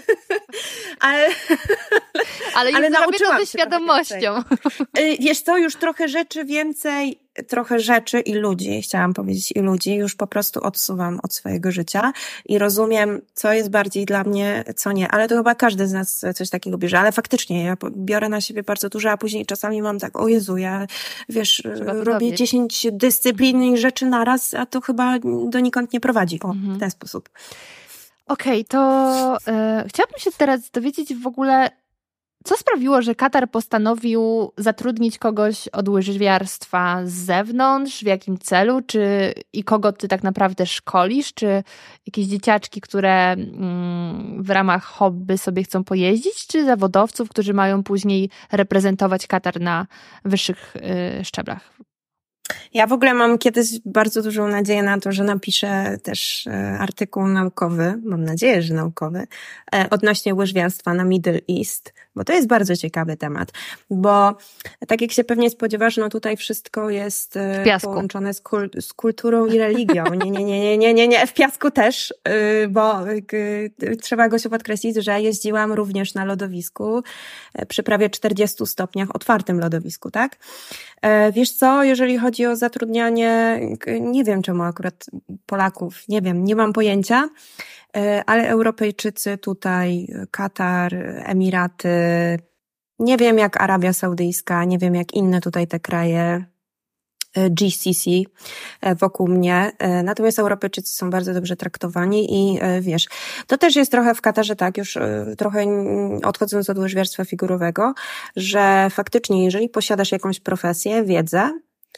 ale ale już ale nauczyłam ze świadomością. Wiesz co, już trochę rzeczy więcej, trochę rzeczy i ludzi, chciałam powiedzieć i ludzi, już po prostu odsuwam od swojego życia i rozumiem, co jest bardziej dla mnie, co nie. Ale to chyba każdy z nas coś takiego bierze. Ale faktycznie, ja biorę na siebie bardzo dużo, a później czasami mam tak, o Jezu, ja wiesz, robię dziesięć dyscyplin i rzeczy naraz, a to chyba donikąd nie prowadzi. O, mhm. w ten sposób. Okej, okay, to e, chciałabym się teraz dowiedzieć w ogóle, co sprawiło, że Katar postanowił zatrudnić kogoś od łyżwiarstwa z zewnątrz, w jakim celu, czy i kogo ty tak naprawdę szkolisz, czy jakieś dzieciaczki, które mm, w ramach hobby sobie chcą pojeździć, czy zawodowców, którzy mają później reprezentować Katar na wyższych y, szczeblach? Ja w ogóle mam kiedyś bardzo dużą nadzieję na to, że napiszę też artykuł naukowy, mam nadzieję, że naukowy, odnośnie łyżwiarstwa na Middle East, bo to jest bardzo ciekawy temat, bo tak jak się pewnie spodziewasz, no tutaj wszystko jest połączone z, kul- z kulturą i religią. Nie, nie, nie, nie, nie, nie, nie, w piasku też, bo trzeba go się podkreślić, że jeździłam również na lodowisku przy prawie czterdziestu stopniach, otwartym lodowisku, tak? Wiesz co, jeżeli chodzi o zatrudnianie, nie wiem czemu akurat Polaków, nie wiem, nie mam pojęcia, ale Europejczycy tutaj, Katar, Emiraty, nie wiem jak Arabia Saudyjska, nie wiem jak inne tutaj te kraje, G C C wokół mnie, natomiast Europejczycy są bardzo dobrze traktowani i wiesz, to też jest trochę w Katarze tak, już trochę odchodząc od łyżwiarstwa figurowego, że faktycznie jeżeli posiadasz jakąś profesję, wiedzę,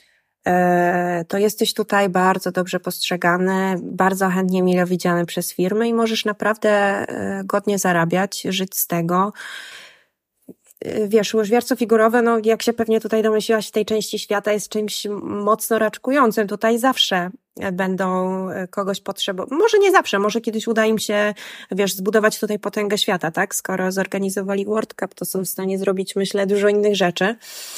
to jesteś tutaj bardzo dobrze postrzegany, bardzo chętnie mile widziany przez firmy i możesz naprawdę godnie zarabiać, żyć z tego. wiesz, łyżwiarstwo figurowe, no jak się pewnie tutaj domyśliłaś, w tej części świata jest czymś mocno raczkującym. Tutaj zawsze będą kogoś potrzebować. Może nie zawsze, może kiedyś uda im się, wiesz, zbudować tutaj potęgę świata, tak? Skoro zorganizowali World Cup, to są w stanie zrobić, myślę, dużo innych rzeczy.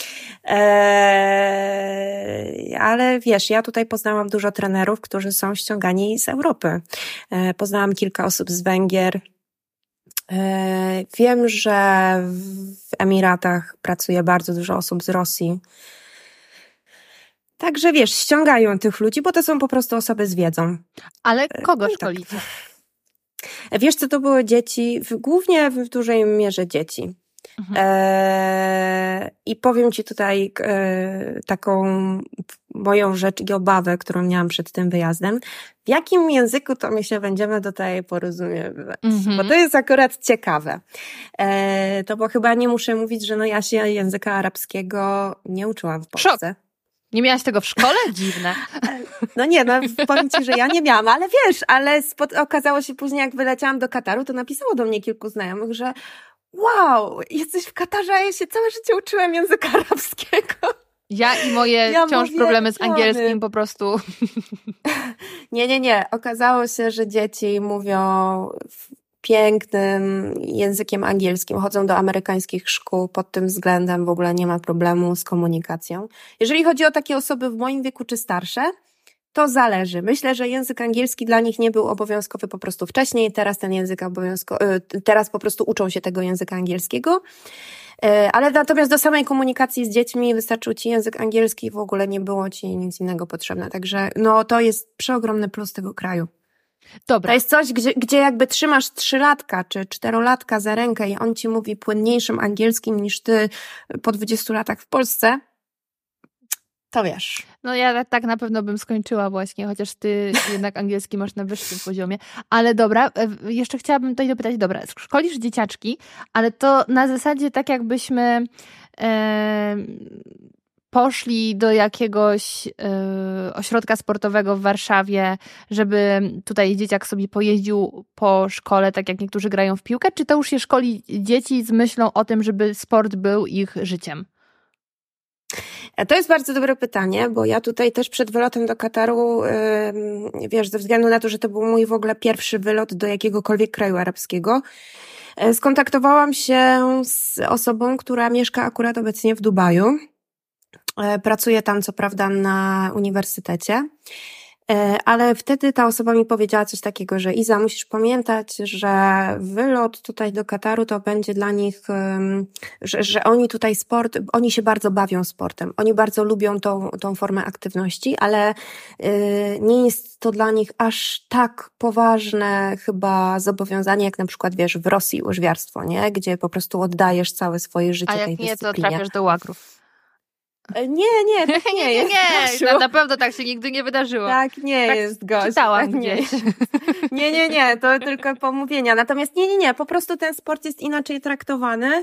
Eee, ale wiesz, ja tutaj poznałam dużo trenerów, którzy są ściągani z Europy. Eee, poznałam kilka osób z Węgier. Eee, wiem, że w Emiratach pracuje bardzo dużo osób z Rosji. Także wiesz, ściągają tych ludzi, bo to są po prostu osoby z wiedzą. Ale kogo no szkolicie? Tak. Wiesz co, to były dzieci, głównie w dużej mierze dzieci. Mhm. E, I powiem ci tutaj e, taką moją rzecz i obawę, którą miałam przed tym wyjazdem. W jakim języku to my się będziemy tutaj porozumiewać? Mhm. Bo to jest akurat ciekawe. E, to bo chyba nie muszę mówić, że no ja się języka arabskiego nie uczyłam w Polsce. Szok. Nie miałaś tego w szkole? Dziwne. No nie, no powiem ci, że ja nie miałam, ale wiesz, ale spod- okazało się później, jak wyleciałam do Kataru, to napisało do mnie kilku znajomych, że wow, jesteś w Katarze, a ja się całe życie uczyłem języka arabskiego. Ja i moje ja wciąż problemy z angielskim po prostu. Nie, nie, nie. Okazało się, że dzieci mówią pięknym językiem angielskim, chodzą do amerykańskich szkół, pod tym względem w ogóle nie ma problemu z komunikacją. Jeżeli chodzi o takie osoby w moim wieku czy starsze, to zależy. Myślę, że język angielski dla nich nie był obowiązkowy po prostu wcześniej, teraz ten język obowiązkowy, teraz po prostu uczą się tego języka angielskiego. Ale natomiast do samej komunikacji z dziećmi wystarczył ci język angielski i w ogóle nie było ci nic innego potrzebne. Także no to jest przeogromny plus tego kraju. Dobra. To jest coś, gdzie, gdzie jakby trzymasz trzylatka czy czterolatka za rękę i on ci mówi płynniejszym angielskim niż ty po dwudziestu latach w Polsce, to wiesz. No ja tak na pewno bym skończyła właśnie, chociaż ty jednak angielski masz na wyższym poziomie. Ale dobra, jeszcze chciałabym tutaj dopytać, dobra, szkolisz dzieciaczki, ale to na zasadzie tak jakbyśmy e, poszli do jakiegoś e, ośrodka sportowego w Warszawie, żeby tutaj dzieciak sobie pojeździł po szkole, tak jak niektórzy grają w piłkę, czy to już się szkoli dzieci z myślą o tym, żeby sport był ich życiem? To jest bardzo dobre pytanie, bo ja tutaj też przed wylotem do Kataru, wiesz, ze względu na to, że to był mój w ogóle pierwszy wylot do jakiegokolwiek kraju arabskiego, skontaktowałam się z osobą, która mieszka akurat obecnie w Dubaju. Pracuje tam co prawda na uniwersytecie, ale wtedy ta osoba mi powiedziała coś takiego, że Iza, musisz pamiętać, że wylot tutaj do Kataru to będzie dla nich, że, że oni tutaj sport, oni się bardzo bawią sportem, oni bardzo lubią tą, tą formę aktywności, ale nie jest to dla nich aż tak poważne chyba zobowiązanie, jak na przykład, wiesz, w Rosji łyżwiarstwo, nie? Gdzie po prostu oddajesz całe swoje życie tej dyscyplinie. A jak nie, to trafiasz do łagrów. Nie, nie, tak nie, nie jest. Nie, nie, na pewno tak się nigdy nie wydarzyło. Tak nie tak jest, gość. Czytałam tak gdzieś. Nie, nie, nie, to tylko pomówienia. Natomiast nie, nie, nie, po prostu ten sport jest inaczej traktowany.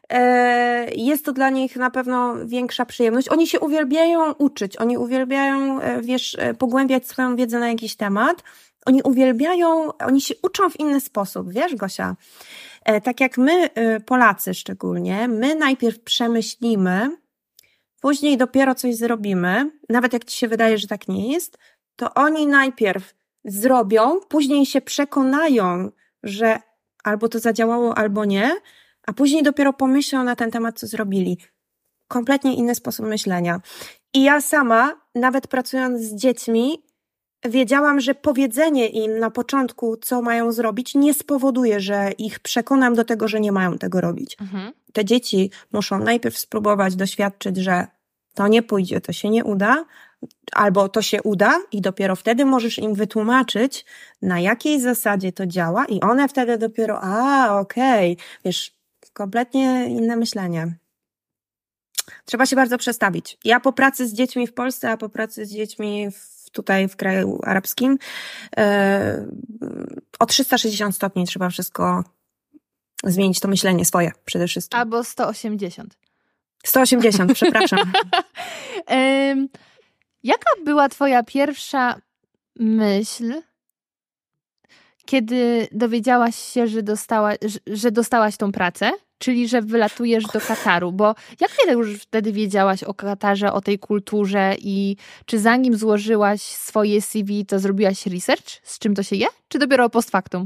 Jest to dla nich na pewno większa przyjemność. Oni się uwielbiają uczyć, oni uwielbiają, wiesz, pogłębiać swoją wiedzę na jakiś temat. Oni uwielbiają, oni się uczą w inny sposób, wiesz, Gosia? Tak jak my, Polacy szczególnie, my najpierw przemyślimy, później dopiero coś zrobimy, nawet jak ci się wydaje, że tak nie jest, to oni najpierw zrobią, później się przekonają, że albo to zadziałało, albo nie, a później dopiero pomyślą na ten temat, co zrobili. Kompletnie inny sposób myślenia. I ja sama, nawet pracując z dziećmi, wiedziałam, że powiedzenie im na początku, co mają zrobić, nie spowoduje, że ich przekonam do tego, że nie mają tego robić. Mhm. Te dzieci muszą najpierw spróbować doświadczyć, że to nie pójdzie, to się nie uda, albo to się uda i dopiero wtedy możesz im wytłumaczyć, na jakiej zasadzie to działa i one wtedy dopiero, a okej, okay. Wiesz, kompletnie inne myślenie. Trzeba się bardzo przestawić. Ja po pracy z dziećmi w Polsce, a po pracy z dziećmi w, tutaj w kraju arabskim yy, o trzysta sześćdziesiąt stopni trzeba wszystko zmienić, to myślenie swoje przede wszystkim. Albo sto osiemdziesiąt. sto osiemdziesiąt, przepraszam. um, jaka była twoja pierwsza myśl, kiedy dowiedziałaś się, że, dostała, że, że dostałaś tą pracę? czyli że wylatujesz do Kataru, bo jak wiele już wtedy wiedziałaś o Katarze, o tej kulturze i czy zanim złożyłaś swoje C V, to zrobiłaś research, z czym to się je, czy dopiero post factum?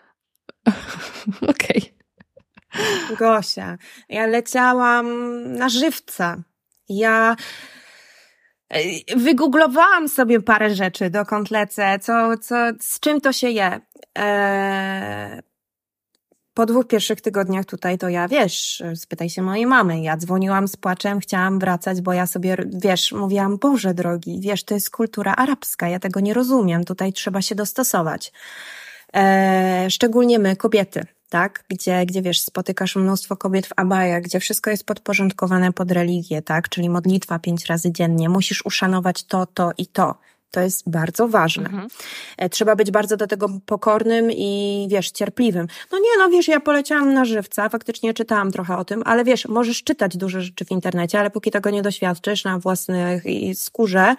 Okej. Okay. Gosia, ja leciałam na żywca. Ja wygooglowałam sobie parę rzeczy, dokąd lecę, co, co, z czym to się je. Eee, po dwóch pierwszych tygodniach tutaj to ja, wiesz, spytaj się mojej mamy, ja dzwoniłam z płaczem, chciałam wracać, bo ja sobie, wiesz, mówiłam, Boże drogi, wiesz, to jest kultura arabska, ja tego nie rozumiem, tutaj trzeba się dostosować. Eee, szczególnie my, kobiety. Tak, gdzie, gdzie wiesz, spotykasz mnóstwo kobiet w abajach, gdzie wszystko jest podporządkowane pod religię, tak, czyli modlitwa pięć razy dziennie, musisz uszanować to, to i to. To jest bardzo ważne. Mhm. Trzeba być bardzo do tego pokornym i, wiesz, cierpliwym. No nie, no wiesz, ja poleciałam na żywca, faktycznie czytałam trochę o tym, ale wiesz, możesz czytać duże rzeczy w internecie, ale póki tego nie doświadczysz na własnej skórze,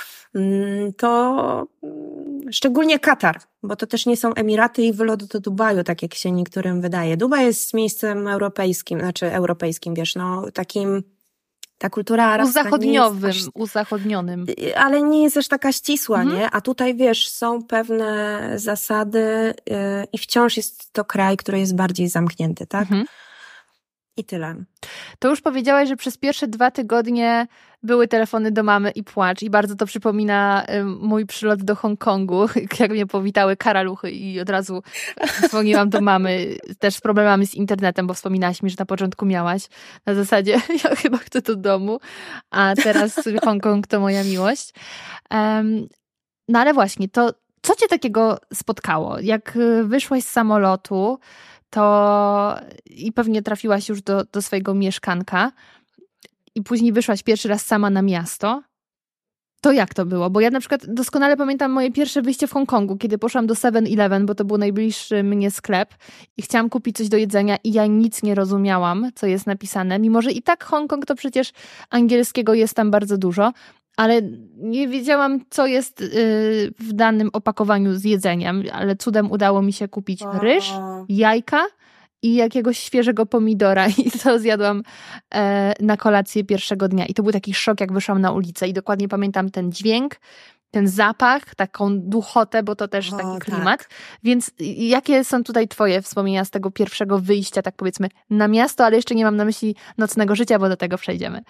to szczególnie Katar, bo to też nie są Emiraty i wylot do Dubaju, tak jak się niektórym wydaje. Dubaj jest miejscem europejskim, znaczy europejskim, wiesz, no takim, ta kultura arabska uzachodniowym, aż, uzachodnionym. Ale nie jest aż taka ścisła, mhm. nie? A tutaj, wiesz, są pewne zasady yy, i wciąż jest to kraj, który jest bardziej zamknięty, tak? Mhm. I tyle. To już powiedziałaś, że przez pierwsze dwa tygodnie były telefony do mamy i płacz i bardzo to przypomina mój przylot do Hongkongu, jak mnie powitały karaluchy i od razu dzwoniłam do mamy też z problemami z internetem, bo wspominałaś mi, że na początku miałaś na zasadzie ja chyba chcę do domu, a teraz Hongkong to moja miłość. Um, no ale właśnie, to co cię takiego spotkało? Jak wyszłaś z samolotu, to i pewnie trafiłaś już do, do swojego mieszkanka i później wyszłaś pierwszy raz sama na miasto, to jak to było? Bo ja na przykład doskonale pamiętam moje pierwsze wyjście w Hongkongu, kiedy poszłam do seven eleven, bo to był najbliższy mnie sklep i chciałam kupić coś do jedzenia i ja nic nie rozumiałam, co jest napisane, mimo że i tak Hongkong to przecież angielskiego jest tam bardzo dużo, ale nie wiedziałam, co jest yy, w danym opakowaniu z jedzeniem, ale cudem udało mi się kupić ryż, jajka i jakiegoś świeżego pomidora i to zjadłam e, na kolację pierwszego dnia. I to był taki szok, jak wyszłam na ulicę i dokładnie pamiętam ten dźwięk, ten zapach, taką duchotę, bo to też o, taki klimat. Tak. Więc jakie są tutaj twoje wspomnienia z tego pierwszego wyjścia, tak powiedzmy, na miasto, ale jeszcze nie mam na myśli nocnego życia, bo do tego przejdziemy.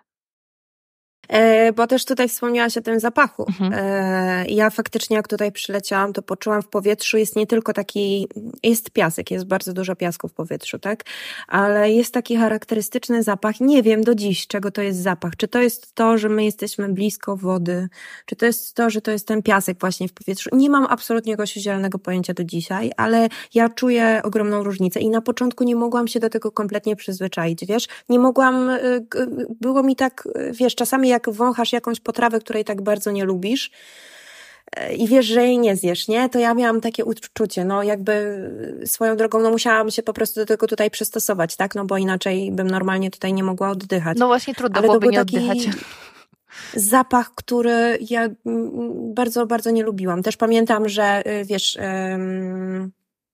Bo też tutaj wspomniałaś o tym zapachu. Mhm. Ja faktycznie jak tutaj przyleciałam, to poczułam w powietrzu, jest nie tylko taki, jest piasek, jest bardzo dużo piasku w powietrzu, tak? Ale jest taki charakterystyczny zapach, nie wiem do dziś, czego to jest zapach. Czy to jest to, że my jesteśmy blisko wody? Czy to jest to, że to jest ten piasek właśnie w powietrzu? Nie mam absolutnie jakiegoś zielonego pojęcia do dzisiaj, ale ja czuję ogromną różnicę i na początku nie mogłam się do tego kompletnie przyzwyczaić, wiesz? Nie mogłam, było mi tak, wiesz, czasami jak jak wąchasz jakąś potrawę, której tak bardzo nie lubisz i wiesz, że jej nie zjesz, nie? To ja miałam takie uczucie, no jakby swoją drogą, no musiałam się po prostu do tego tutaj przystosować, tak? No bo inaczej bym normalnie tutaj nie mogła oddychać. No właśnie trudno Ale byłoby nie oddychać. Zapach, który ja bardzo, bardzo nie lubiłam. Też pamiętam, że wiesz... Um,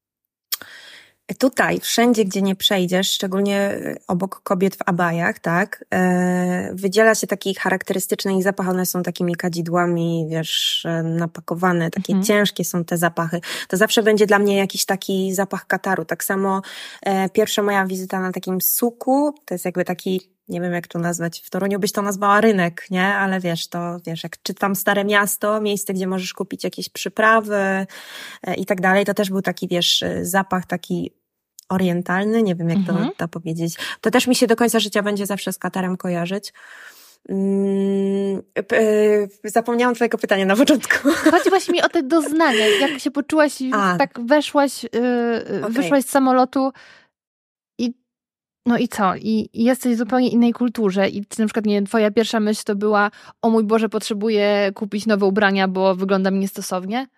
Tutaj, wszędzie, gdzie nie przejdziesz, szczególnie obok kobiet w abajach, tak, e, wydziela się taki charakterystyczny ich zapach, one są takimi kadzidłami, wiesz, napakowane, takie mhm. ciężkie są te zapachy. To zawsze będzie dla mnie jakiś taki zapach Kataru. Tak samo e, pierwsza moja wizyta na takim suku, to jest jakby taki, nie wiem jak to nazwać, w Toruniu byś to nazwała rynek, nie? Ale wiesz, to wiesz, jak czytam Stare Miasto, miejsce, gdzie możesz kupić jakieś przyprawy e, i tak dalej, to też był taki, wiesz, zapach taki orientalny, nie wiem jak mhm. to, to powiedzieć. To też mi się do końca życia będzie zawsze z Katarem kojarzyć. Hmm, zapomniałam twojego pytania na początku. Chodzi właśnie mi o te doznania. Jak się poczułaś, A. tak weszłaś, yy, okay. wyszłaś z samolotu i no i co? I, I jesteś w zupełnie innej kulturze i czy na przykład, nie wiem, twoja pierwsza myśl to była, o mój Boże, potrzebuję kupić nowe ubrania, bo wyglądam niestosownie?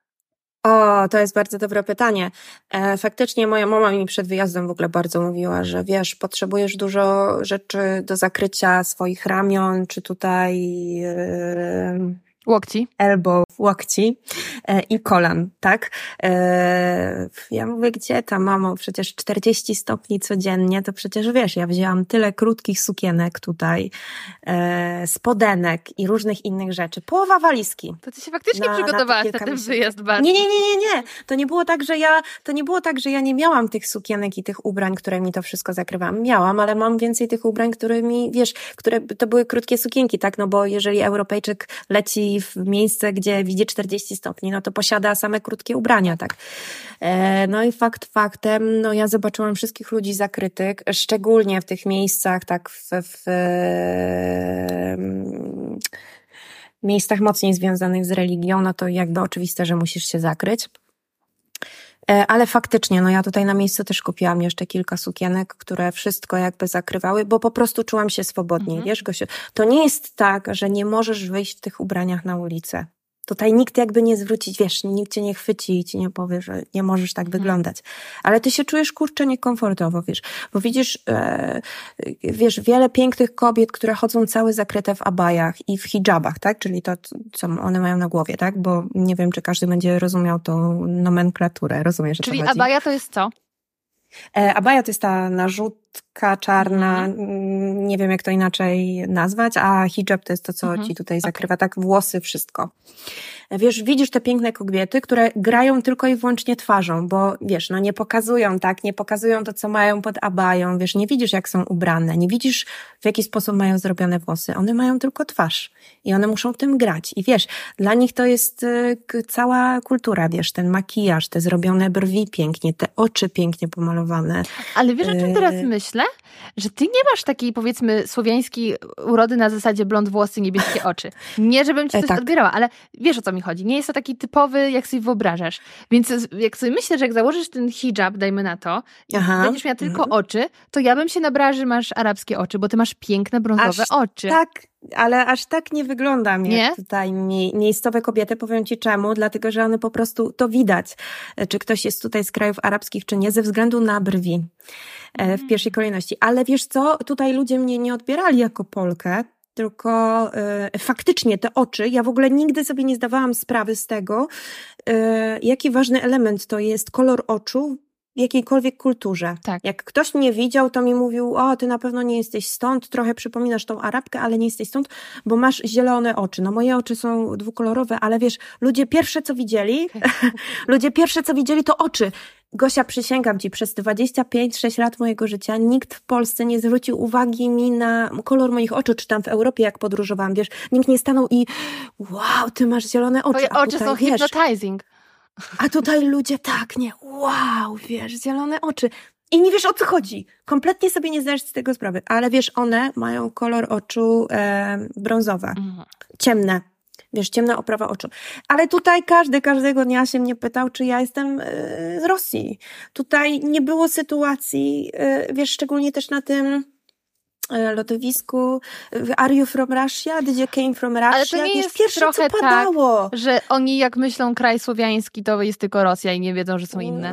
O, to jest bardzo dobre pytanie. E, faktycznie moja mama mi przed wyjazdem w ogóle bardzo mówiła, że wiesz, potrzebujesz dużo rzeczy do zakrycia swoich ramion, czy tutaj... E, Łokci. elbow, łokci e, i kolan, tak? E, ja mówię, gdzie ta mamo? Przecież czterdzieści stopni codziennie, to przecież wiesz, ja wzięłam tyle krótkich sukienek tutaj, e, spodenek i różnych innych rzeczy. Połowa walizki. To ty się faktycznie na, przygotowałaś na, na ten wyjazd bardzo. Nie, nie, nie, nie, nie. To nie było tak, że ja, to nie było tak, że ja nie miałam tych sukienek i tych ubrań, które mi to wszystko zakrywałam. Miałam, ale mam więcej tych ubrań, które mi, wiesz, które to były krótkie sukienki, tak? No bo jeżeli Europejczyk leci w miejsce, gdzie widzi czterdzieści stopni, no to posiada same krótkie ubrania, tak? E, no i fakt faktem, no ja zobaczyłam wszystkich ludzi zakrytych, szczególnie w tych miejscach, tak w, w, w miejscach mocniej związanych z religią, no to jakby oczywiste, że musisz się zakryć. Ale faktycznie, no ja tutaj na miejscu też kupiłam jeszcze kilka sukienek, które wszystko jakby zakrywały, bo po prostu czułam się swobodniej, mhm. wiesz, Gosiu? To nie jest tak, że nie możesz wyjść w tych ubraniach na ulicę. Tutaj nikt jakby nie zwróci, wiesz, nikt cię nie chwyci i ci nie powie, że nie możesz tak hmm. wyglądać. Ale ty się czujesz, kurczę, niekomfortowo, wiesz. Bo widzisz, e, wiesz, wiele pięknych kobiet, które chodzą całe zakryte w abajach i w hijabach, tak? Czyli to, co one mają na głowie, tak? Bo nie wiem, czy każdy będzie rozumiał tą nomenklaturę. Rozumiesz, o co Czyli chodzi? abaja to jest co? E, abaja to jest ta narzutka czarna, mhm. nie wiem jak to inaczej nazwać, a hijab to jest to, co mhm. ci tutaj zakrywa, okay. tak włosy, wszystko. Wiesz, widzisz te piękne kobiety, które grają tylko i wyłącznie twarzą, bo wiesz, no nie pokazują, tak, nie pokazują to, co mają pod abają, wiesz, nie widzisz, jak są ubrane, nie widzisz, w jaki sposób mają zrobione włosy, one mają tylko twarz i one muszą tym grać i wiesz, dla nich to jest y, cała kultura, wiesz, ten makijaż, te zrobione brwi pięknie, te oczy pięknie pomalowane. Ale wiesz, o czym teraz y... myślę? Że ty nie masz takiej, powiedzmy, słowiańskiej urody na zasadzie blond włosy, niebieskie oczy. Nie, żebym ci e, coś tak. odbierała, ale wiesz, o co mi chodzi. Nie jest to taki typowy, jak sobie wyobrażasz. Więc jak sobie myślę, że jak założysz ten hijab, dajmy na to, i Aha. będziesz miała tylko mhm. oczy, to ja bym się nabrała, że masz arabskie oczy, bo ty masz piękne, brązowe aż oczy. Tak, ale aż tak nie wyglądam jak nie? tutaj mie- miejscowe kobiety. Powiem ci czemu. Dlatego, że one po prostu, to widać, czy ktoś jest tutaj z krajów arabskich, czy nie, ze względu na brwi mm. w pierwszej kolejności. Ale wiesz co, tutaj ludzie mnie nie odbierali jako Polkę, tylko y, faktycznie te oczy, ja w ogóle nigdy sobie nie zdawałam sprawy z tego, y, jaki ważny element to jest kolor oczu w jakiejkolwiek kulturze. Tak. Jak ktoś mnie widział, to mi mówił, o, ty na pewno nie jesteś stąd, trochę przypominasz tą Arabkę, ale nie jesteś stąd, bo masz zielone oczy. No moje oczy są dwukolorowe, ale wiesz, ludzie pierwsze co widzieli, ludzie pierwsze co widzieli to oczy. Gosia, przysięgam ci, przez dwadzieścia pięć sześć lat mojego życia nikt w Polsce nie zwrócił uwagi mi na kolor moich oczu, czy tam w Europie, jak podróżowałam, wiesz, nikt nie stanął i wow, ty masz zielone oczy. Twoje a oczy tutaj, są wiesz, hypnotizing. A tutaj ludzie tak, nie, wow, wiesz, zielone oczy. I nie wiesz, o co chodzi. Kompletnie sobie nie zdajesz z tego sprawy. Ale wiesz, one mają kolor oczu e, brązowe, mhm. ciemne. Wiesz, ciemna oprawa oczu. Ale tutaj każdy, każdego dnia się mnie pytał, czy ja jestem y, z Rosji. Tutaj nie było sytuacji, y, wiesz, szczególnie też na tym y, lodowisku. Are you from Russia? Did you came from Russia? Ale to nie wiesz, jest pierwsze, trochę co padało. tak, że oni jak myślą kraj słowiański, to jest tylko Rosja i nie wiedzą, że są inne.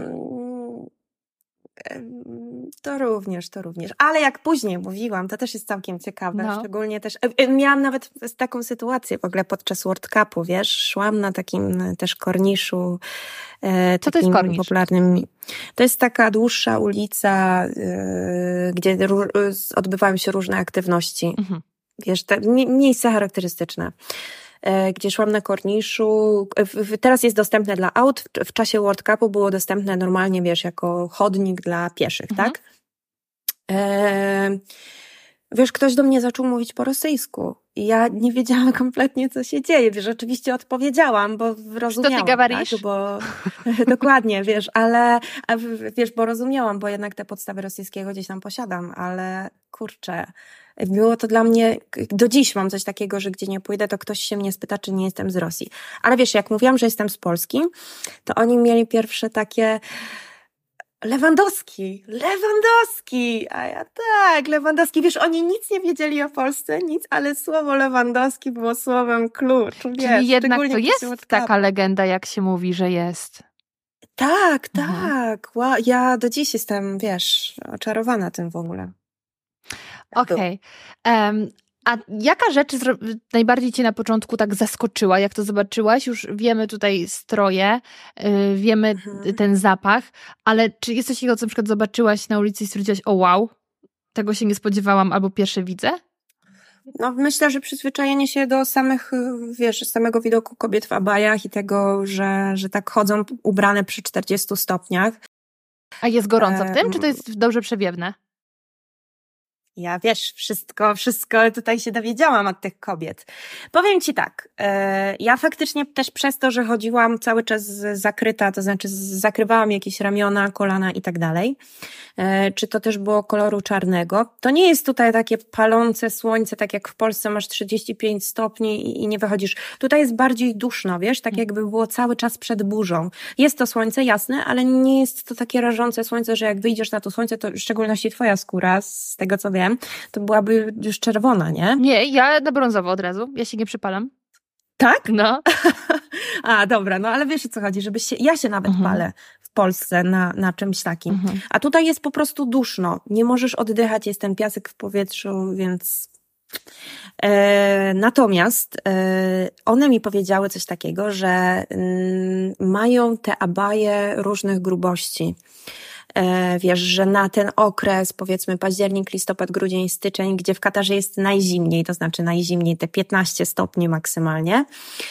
To również, to również. Ale jak później mówiłam, to też jest całkiem ciekawe. No. Szczególnie też, miałam nawet taką sytuację w ogóle podczas World Cupu, wiesz, szłam na takim też korniszu, e, Co takim to jest kornisz? popularnym. To jest taka dłuższa ulica, e, gdzie ró- odbywają się różne aktywności. Mhm. Wiesz, te miejsca charakterystyczne. Gdzie szłam na korniszu. Teraz jest dostępne dla aut. W czasie World Cupu było dostępne normalnie, wiesz, jako chodnik dla pieszych, mhm. tak? E, wiesz, ktoś do mnie zaczął mówić po rosyjsku. I ja nie wiedziałam kompletnie, co się dzieje. Wiesz, oczywiście odpowiedziałam, bo rozumiałam. Co ty gawarisz? Tak? Bo dokładnie, wiesz, ale wiesz, bo rozumiałam, bo jednak te podstawy rosyjskiego gdzieś tam posiadam, ale kurczę, było to dla mnie, do dziś mam coś takiego, że gdzie nie pójdę, to ktoś się mnie spyta, czy nie jestem z Rosji. Ale wiesz, jak mówiłam, że jestem z Polski, to oni mieli pierwsze takie Lewandowski, Lewandowski, a ja tak, Lewandowski. Wiesz, oni nic nie wiedzieli o Polsce, nic, ale słowo Lewandowski było słowem klucz. Wiesz, czyli jednak to jest taka legenda, jak się mówi, że jest. Tak, mhm. tak. Wow, ja do dziś jestem, wiesz, oczarowana tym w ogóle. Okej. Okay. Um, A jaka rzecz zro- najbardziej cię na początku tak zaskoczyła, jak to zobaczyłaś? Już wiemy tutaj stroje, yy, wiemy Mhm. ten zapach, ale czy jest coś takiego, co na przykład zobaczyłaś na ulicy i stwierdziłaś, o wow, tego się nie spodziewałam albo pierwsze widzę? No, myślę, że przyzwyczajenie się do samych, wiesz, samego widoku kobiet w abajach i tego, że, że tak chodzą ubrane przy czterdziestu stopniach. A jest gorąco w tym, Em, czy to jest dobrze przewiewne? Ja wiesz, wszystko, wszystko tutaj się dowiedziałam od tych kobiet. Powiem ci tak, e, ja faktycznie też przez to, że chodziłam cały czas zakryta, to znaczy zakrywałam jakieś ramiona, kolana i tak dalej, e, czy to też było koloru czarnego, to nie jest tutaj takie palące słońce, tak jak w Polsce masz trzydzieści pięć stopni i, i nie wychodzisz. Tutaj jest bardziej duszno, wiesz, tak jakby było cały czas przed burzą. Jest to słońce, jasne, ale nie jest to takie rażące słońce, że jak wyjdziesz na to słońce, to w szczególności twoja skóra, z tego co wiem, to byłaby już czerwona, nie? Nie, ja na brązowo od razu. Ja się nie przypalam. Tak? No. A, dobra, no ale wiesz o co chodzi, żebyś się, ja się nawet Mhm. palę w Polsce na, na czymś takim. Mhm. A tutaj jest po prostu duszno. Nie możesz oddychać, jest ten piasek w powietrzu, więc... E, natomiast e, one mi powiedziały coś takiego, że mm, mają te abaje różnych grubości. E, wiesz, że na ten okres, powiedzmy październik, listopad, grudzień, styczeń, gdzie w Katarze jest najzimniej, to znaczy najzimniej te piętnaście stopni maksymalnie,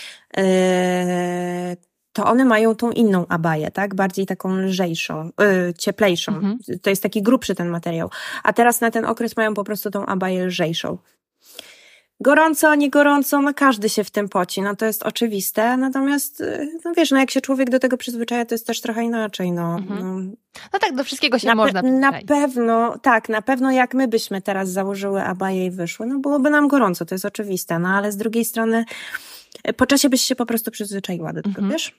e, to one mają tą inną abaję, tak? Bardziej taką lżejszą, yy, cieplejszą. Mhm. To jest taki grubszy ten materiał. A teraz na ten okres mają po prostu tą abaję lżejszą. Gorąco, nie gorąco, no każdy się w tym poci, no to jest oczywiste, natomiast, no wiesz, no jak się człowiek do tego przyzwyczaja, to jest też trochę inaczej, no. Mhm. no. No tak, do wszystkiego się Na, można pe- na przyzwyczaić. pewno, tak, na pewno jak my byśmy teraz założyły abaję i wyszły, no byłoby nam gorąco, to jest oczywiste, no ale z drugiej strony po czasie byś się po prostu przyzwyczaiła do tego, Mhm. wiesz?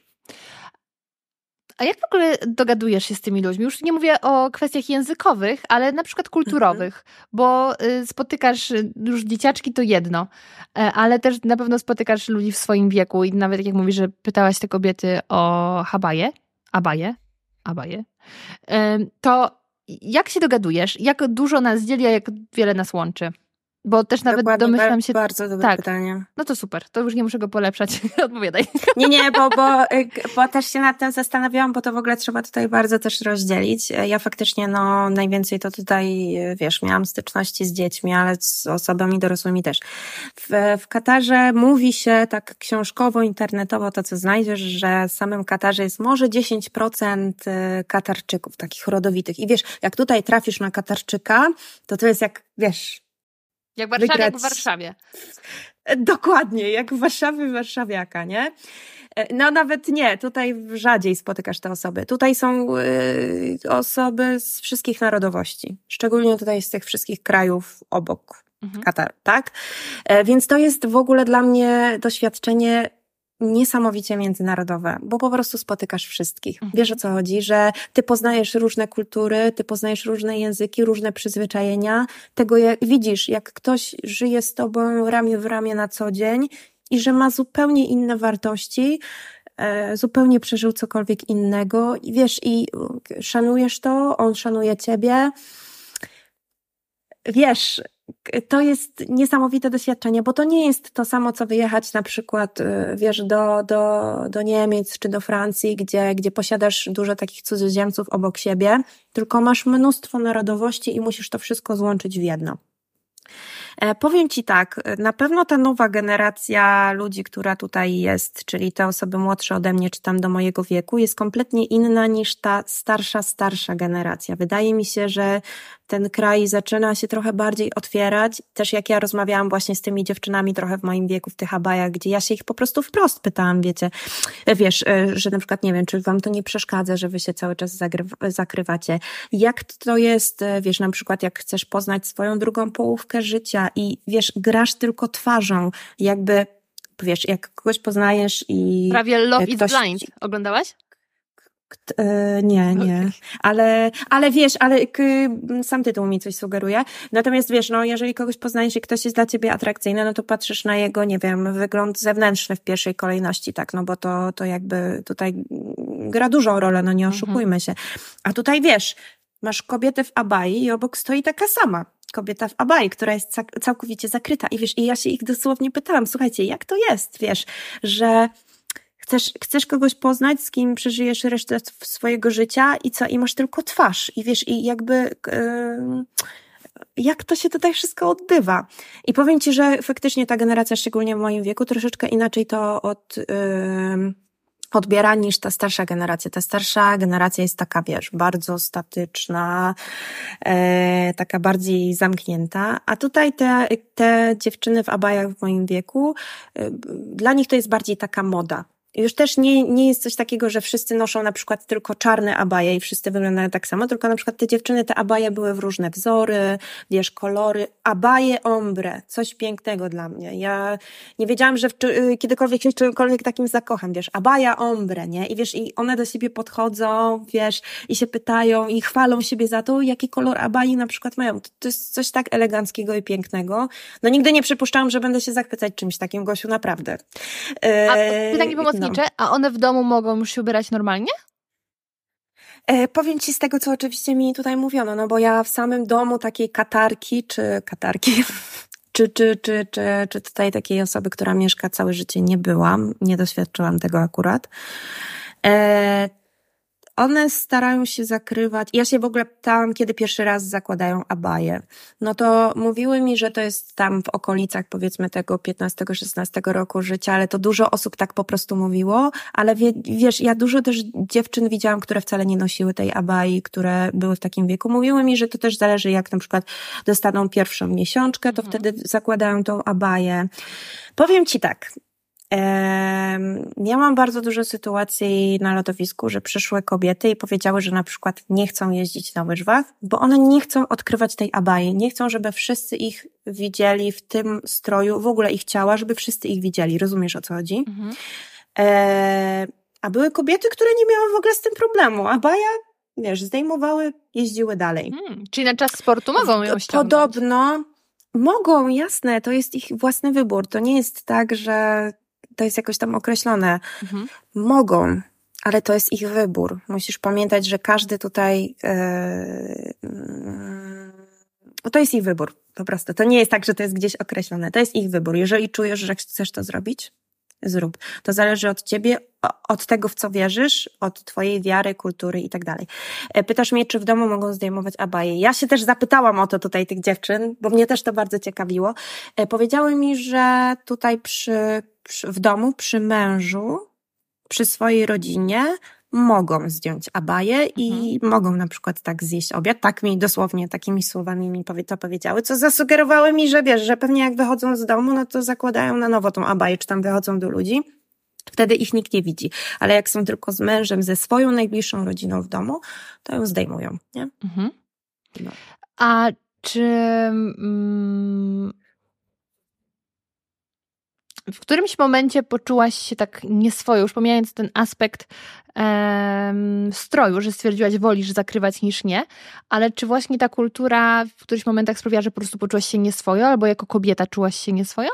A jak w ogóle dogadujesz się z tymi ludźmi? Już nie mówię o kwestiach językowych, ale na przykład kulturowych, Mhm. bo y, spotykasz y, już dzieciaczki, to jedno, e, ale też na pewno spotykasz ludzi w swoim wieku i nawet tak jak mówisz, że pytałaś te kobiety o habaje, abaje, abaje, Ym, to jak się dogadujesz? Jak dużo nas dzieli, a jak wiele nas łączy? Bo też nawet Dokładnie, domyślam bar- się... bardzo dobre tak. pytanie. No to super, to już nie muszę go polepszać. Odpowiadaj. Nie, nie, bo, bo, y, bo też się nad tym zastanawiałam, bo to w ogóle trzeba tutaj bardzo też rozdzielić. Ja faktycznie, no, najwięcej to tutaj, y, wiesz, miałam styczności z dziećmi, ale z osobami dorosłymi też. W, w Katarze mówi się tak książkowo, internetowo, to co znajdziesz, że w samym Katarze jest może dziesięć procent Katarczyków, takich rodowitych. I wiesz, jak tutaj trafisz na Katarczyka, to to jest jak, wiesz, Jak w Warszawie, wygrać... jak w Warszawie. Dokładnie, jak w Warszawie, warszawiaka, nie? No nawet nie, tutaj rzadziej spotykasz te osoby. Tutaj są y, osoby z wszystkich narodowości, szczególnie tutaj z tych wszystkich krajów obok Mhm. Kataru, tak? E, więc to jest w ogóle dla mnie doświadczenie niesamowicie międzynarodowe, bo po prostu spotykasz wszystkich. Mhm. Wiesz o co chodzi, że ty poznajesz różne kultury, ty poznajesz różne języki, różne przyzwyczajenia, tego jak widzisz, jak ktoś żyje z tobą ramię w ramię na co dzień i że ma zupełnie inne wartości, e, zupełnie przeżył cokolwiek innego i wiesz, i szanujesz to, on szanuje ciebie. Wiesz, to jest niesamowite doświadczenie, bo to nie jest to samo, co wyjechać na przykład, wiesz, do, do, do Niemiec czy do Francji, gdzie, gdzie posiadasz dużo takich cudzoziemców obok siebie, tylko masz mnóstwo narodowości i musisz to wszystko złączyć w jedno. E, powiem ci tak, na pewno ta nowa generacja ludzi, która tutaj jest, czyli te osoby młodsze ode mnie, czy tam do mojego wieku, jest kompletnie inna niż ta starsza, starsza generacja. Wydaje mi się, że ten kraj zaczyna się trochę bardziej otwierać. Też jak ja rozmawiałam właśnie z tymi dziewczynami trochę w moim wieku, w tych abajach, gdzie ja się ich po prostu wprost pytałam, wiecie, wiesz, że na przykład, nie wiem, czy wam to nie przeszkadza, że wy się cały czas zagrywa, zakrywacie. Jak to jest, wiesz, na przykład jak chcesz poznać swoją drugą połówkę życia i wiesz, grasz tylko twarzą, jakby, wiesz, jak kogoś poznajesz i... Prawie Love ktoś... is Blind. Oglądałaś? E, nie, nie. Okay. Ale, ale wiesz, ale k, sam tytuł mi coś sugeruje. Natomiast wiesz, no jeżeli kogoś poznajesz i ktoś jest dla ciebie atrakcyjny, no to patrzysz na jego, nie wiem, wygląd zewnętrzny w pierwszej kolejności, tak, no bo to, to jakby tutaj gra dużą rolę, no nie oszukujmy się. A tutaj wiesz, masz kobietę w abai i obok stoi taka sama kobieta w abaji, która jest całkowicie zakryta. I wiesz, i ja się ich dosłownie pytałam, słuchajcie, jak to jest, wiesz, że chcesz, chcesz kogoś poznać, z kim przeżyjesz resztę swojego życia i co, i masz tylko twarz. I wiesz, i jakby... Yy, jak to się tutaj wszystko odbywa. I powiem ci, że faktycznie ta generacja, szczególnie w moim wieku, troszeczkę inaczej to od, yy, odbiera niż ta starsza generacja. Ta starsza generacja jest taka, wiesz, bardzo statyczna, yy, taka bardziej zamknięta, a tutaj te, te dziewczyny w abajach w moim wieku, yy, dla nich to jest bardziej taka moda. Już też nie, nie jest coś takiego, że wszyscy noszą na przykład tylko czarne abaje i wszyscy wyglądają tak samo, tylko na przykład te dziewczyny, te abaje były w różne wzory, wiesz, kolory. Abaje ombre, coś pięknego dla mnie. Ja nie wiedziałam, że w, kiedykolwiek się w czymkolwiek takim zakocham, wiesz, abaja ombre, nie? I wiesz, i one do siebie podchodzą, wiesz, i się pytają i chwalą siebie za to, jaki kolor abai na przykład mają. To, to jest coś tak eleganckiego i pięknego. No nigdy nie przypuszczałam, że będę się zachwycać czymś takim, Gosiu, naprawdę. A pytanie pomocnicze, no. A one w domu mogą już się ubierać normalnie? E, powiem ci z tego, co oczywiście mi tutaj mówiono, no bo ja w samym domu takiej katarki, czy katarki, czy, czy, czy, czy, czy tutaj takiej osoby, która mieszka całe życie, nie byłam, nie doświadczyłam tego akurat. E, One starają się zakrywać. Ja się w ogóle pytałam, kiedy pierwszy raz zakładają abaje. No to mówiły mi, że to jest tam w okolicach powiedzmy tego piętnastego szesnastego roku życia, ale to dużo osób tak po prostu mówiło, ale wie, wiesz, ja dużo też dziewczyn widziałam, które wcale nie nosiły tej abai, które były w takim wieku. Mówiły mi, że to też zależy, jak na przykład dostaną pierwszą miesiączkę, to mhm. wtedy zakładają tą abaję. Powiem ci tak. Ja mam bardzo dużo sytuacji na lodowisku, że przyszły kobiety i powiedziały, że na przykład nie chcą jeździć na łyżwach, bo one nie chcą odkrywać tej abai, nie chcą, żeby wszyscy ich widzieli w tym stroju, w ogóle ich ciała, żeby wszyscy ich widzieli. Rozumiesz, o co chodzi? Mhm. E, a były kobiety, które nie miały w ogóle z tym problemu. Abaja, wiesz, zdejmowały, jeździły dalej. Hmm, czyli na czas sportu mogą ją ściągnąć. Podobno mogą, jasne, to jest ich własny wybór. To nie jest tak, że to jest jakoś tam określone. Mhm. Mogą, ale to jest ich wybór. Musisz pamiętać, że każdy tutaj... Yy, yy, to jest ich wybór, po prostu. To nie jest tak, że to jest gdzieś określone. To jest ich wybór. Jeżeli czujesz, że chcesz to zrobić, zrób. To zależy od ciebie, od tego, w co wierzysz, od twojej wiary, kultury i tak dalej. Pytasz mnie, czy w domu mogą zdejmować abaje. Ja się też zapytałam o to tutaj tych dziewczyn, bo mnie też to bardzo ciekawiło. Powiedziały mi, że tutaj przy, przy w domu, przy mężu, przy swojej rodzinie mogą zdjąć abaję i mhm. mogą na przykład tak zjeść obiad. Tak mi dosłownie takimi słowami mi to powiedziały, co zasugerowały mi, że wiesz, że pewnie jak wychodzą z domu, no to zakładają na nowo tą abaję, czy tam wychodzą do ludzi. Wtedy ich nikt nie widzi. Ale jak są tylko z mężem, ze swoją najbliższą rodziną w domu, to ją zdejmują, nie? Mhm. No. A czy... Mm... W którymś momencie poczułaś się tak nieswojo, już pomijając ten aspekt em, stroju, że stwierdziłaś, wolisz zakrywać niż nie, ale czy właśnie ta kultura w którychś momentach sprawiała, że po prostu poczułaś się nieswojo, albo jako kobieta czułaś się nieswojo?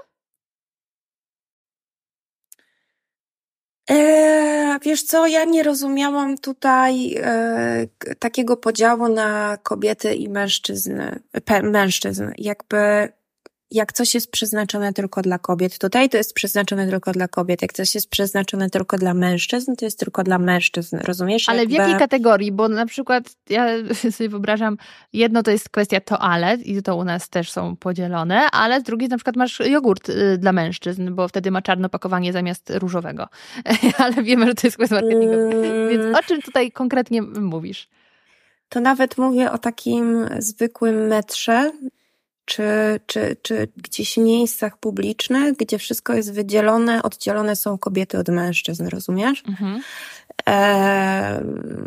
Eee, wiesz co, ja nie rozumiałam tutaj e, takiego podziału na kobiety i mężczyzny, pe, mężczyzn. Jakby jak coś jest przeznaczone tylko dla kobiet, tutaj to jest przeznaczone tylko dla kobiet. Jak coś jest przeznaczone tylko dla mężczyzn, to jest tylko dla mężczyzn, rozumiesz? Ale Jakby... w jakiej kategorii? Bo na przykład ja sobie wyobrażam, jedno to jest kwestia toalet i to u nas też są podzielone, ale z drugiej na przykład masz jogurt dla mężczyzn, bo wtedy ma czarne opakowanie zamiast różowego. Ale wiemy, że to jest kwestia marketingowa. Hmm. Więc o czym tutaj konkretnie mówisz? To nawet mówię o takim zwykłym metrze, Czy, czy, czy gdzieś w miejscach publicznych, gdzie wszystko jest wydzielone, oddzielone są kobiety od mężczyzn, rozumiesz? Mhm. E,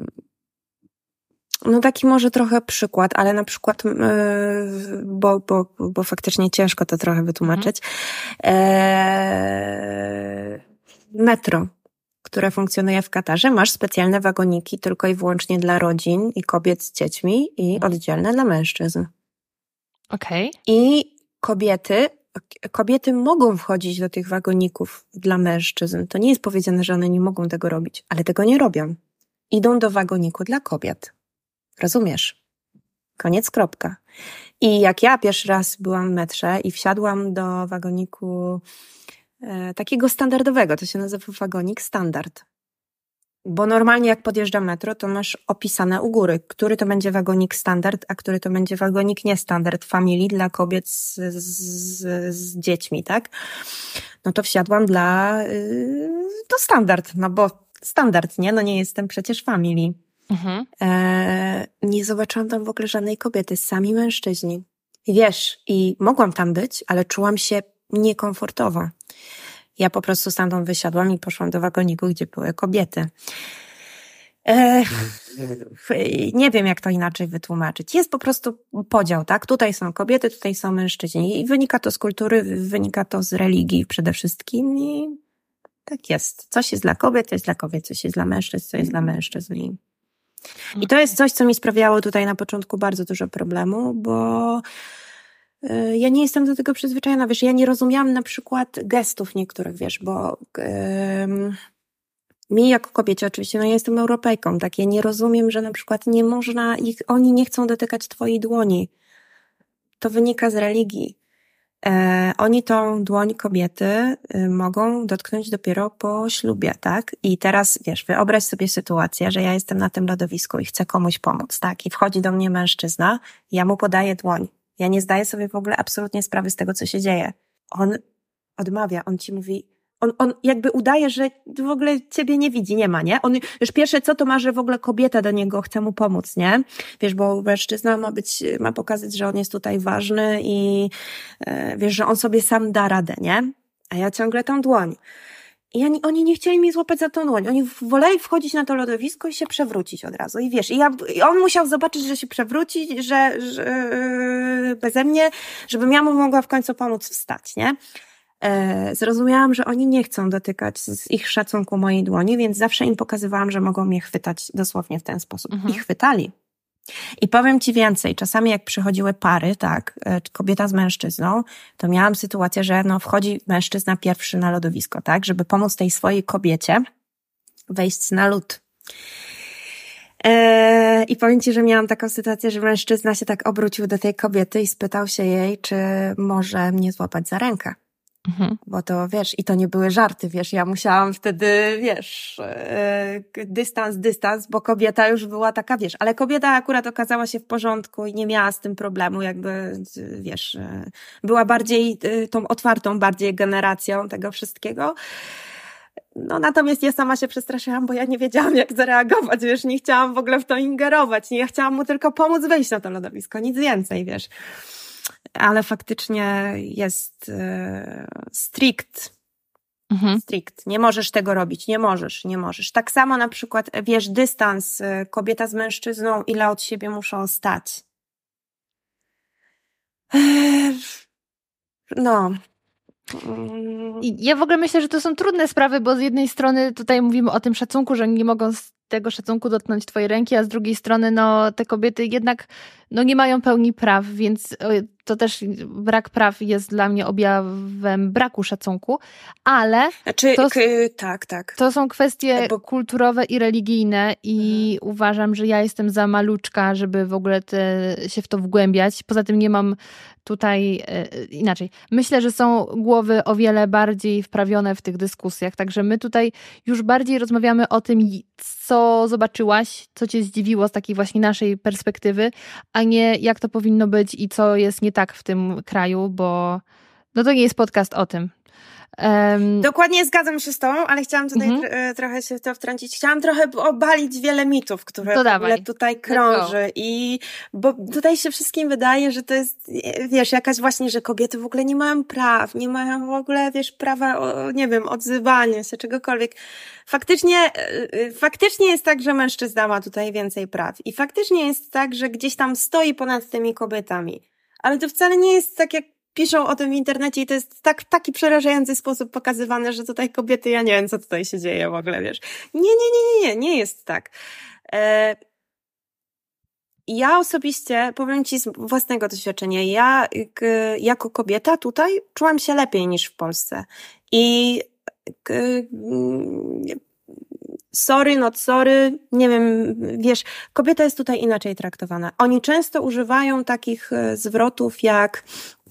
no taki może trochę przykład, ale na przykład, e, bo, bo, bo faktycznie ciężko to trochę wytłumaczyć. E, metro, które funkcjonuje w Katarze, masz specjalne wagoniki tylko i wyłącznie dla rodzin i kobiet z dziećmi i oddzielne dla mężczyzn. Okay. I kobiety, kobiety mogą wchodzić do tych wagoników dla mężczyzn. To nie jest powiedziane, że one nie mogą tego robić, ale tego nie robią. Idą do wagoniku dla kobiet. Rozumiesz? Koniec, kropka. I jak ja pierwszy raz byłam w metrze i wsiadłam do wagoniku e, takiego standardowego, to się nazywa wagonik standard. Bo normalnie jak podjeżdżam metro, to masz opisane u góry, który to będzie wagonik standard, a który to będzie wagonik niestandard family dla kobiet z, z, z dziećmi, tak? No to wsiadłam dla, yy, to standard, no bo standard, nie? No nie jestem przecież family. Mhm. E, nie zobaczyłam tam w ogóle żadnej kobiety, sami mężczyźni. I wiesz, i mogłam tam być, ale czułam się niekomfortowo. Ja po prostu stamtąd wysiadłam i poszłam do wagoniku, gdzie były kobiety. E, nie wiem, jak to inaczej wytłumaczyć. Jest po prostu podział, tak? Tutaj są kobiety, tutaj są mężczyźni. I wynika to z kultury, wynika to z religii przede wszystkim. I tak jest. Coś jest dla kobiet, coś jest dla kobiet, coś jest dla mężczyzn, coś jest dla mężczyzn. I, i to jest coś, co mi sprawiało tutaj na początku bardzo dużo problemu, bo ja nie jestem do tego przyzwyczajona, wiesz, ja nie rozumiałam na przykład gestów niektórych, wiesz, bo um, mi jako kobiecie oczywiście, no ja jestem Europejką, tak, ja nie rozumiem, że na przykład nie można, ich, oni nie chcą dotykać twojej dłoni. To wynika z religii. E, oni tą dłoń kobiety y, mogą dotknąć dopiero po ślubie, tak? I teraz, wiesz, wyobraź sobie sytuację, że ja jestem na tym lodowisku i chcę komuś pomóc, tak? I wchodzi do mnie mężczyzna, ja mu podaję dłoń. Ja nie zdaję sobie w ogóle absolutnie sprawy z tego, co się dzieje. On odmawia, on ci mówi, on, on jakby udaje, że w ogóle ciebie nie widzi, nie ma, nie? On już pierwsze co to ma, że w ogóle kobieta do niego chce mu pomóc, nie? Wiesz, bo mężczyzna ma być, ma pokazać, że on jest tutaj ważny i e, wiesz, że on sobie sam da radę, nie? A ja ciągle tą dłoń. I oni, oni nie chcieli mi złapać za tą dłoń. Oni woleli wchodzić na to lodowisko i się przewrócić od razu. I wiesz, i, ja, i on musiał zobaczyć, że się przewróci, że, że yy, beze mnie, żebym ja mu mogła w końcu pomóc wstać, nie? E, zrozumiałam, że oni nie chcą dotykać z ich szacunku mojej dłoni, więc zawsze im pokazywałam, że mogą mnie chwytać dosłownie w ten sposób. Mhm. I chwytali. I powiem ci więcej, czasami jak przychodziły pary, tak, kobieta z mężczyzną, to miałam sytuację, że no wchodzi mężczyzna pierwszy na lodowisko, tak, żeby pomóc tej swojej kobiecie wejść na lód. Eee, I powiem ci, że miałam taką sytuację, że mężczyzna się tak obrócił do tej kobiety i spytał się jej, czy może mnie złapać za rękę. Mhm. Bo to, wiesz, i to nie były żarty, wiesz, ja musiałam wtedy, wiesz, yy, dystans, dystans, bo kobieta już była taka, wiesz, ale kobieta akurat okazała się w porządku i nie miała z tym problemu, jakby, wiesz, yy, była bardziej yy, tą otwartą, bardziej generacją tego wszystkiego. No natomiast ja sama się przestraszyłam, bo ja nie wiedziałam, jak zareagować, wiesz, nie chciałam w ogóle w to ingerować, nie, ja chciałam mu tylko pomóc wejść na to lodowisko, nic więcej, wiesz. Ale faktycznie jest e, strict. Mhm. Strict. Nie możesz tego robić, nie możesz, nie możesz. Tak samo na przykład, wiesz, dystans, kobieta z mężczyzną, ile od siebie muszą stać. No. I ja w ogóle myślę, że to są trudne sprawy, bo z jednej strony tutaj mówimy o tym szacunku, że nie mogą z tego szacunku dotknąć twojej ręki, a z drugiej strony no te kobiety jednak no nie mają pełni praw, więc to też brak praw jest dla mnie objawem braku szacunku, ale znaczy, to, k- tak, tak. to są kwestie bo... kulturowe i religijne i mhm. uważam, że ja jestem za maluczka, żeby w ogóle te, się w to wgłębiać. Poza tym nie mam tutaj e, inaczej. Myślę, że są głowy o wiele bardziej wprawione w tych dyskusjach, także my tutaj już bardziej rozmawiamy o tym, co zobaczyłaś, co cię zdziwiło z takiej właśnie naszej perspektywy, a nie jak to powinno być i co jest nie tak w tym kraju, bo no to nie jest podcast o tym. Um, Dokładnie zgadzam się z tobą, ale chciałam tutaj mm-hmm. tr- trochę się w to wtrącić. Chciałam trochę obalić wiele mitów, które w ogóle tutaj krąży i bo tutaj się wszystkim wydaje, że to jest, wiesz, jakaś właśnie, że kobiety w ogóle nie mają praw, nie mają w ogóle, wiesz, prawa, o, nie wiem, odzywania się, czegokolwiek. Faktycznie, faktycznie jest tak, że mężczyzna ma tutaj więcej praw i faktycznie jest tak, że gdzieś tam stoi ponad tymi kobietami, ale to wcale nie jest tak, jak piszą o tym w internecie i to jest tak, w taki przerażający sposób pokazywane, że tutaj kobiety, ja nie wiem, co tutaj się dzieje w ogóle, wiesz. Nie, nie, nie, nie, nie, nie jest tak. E... Ja osobiście, powiem ci z własnego doświadczenia, ja k, jako kobieta tutaj czułam się lepiej niż w Polsce. I k, sorry, not sorry, nie wiem, wiesz, kobieta jest tutaj inaczej traktowana. Oni często używają takich zwrotów jak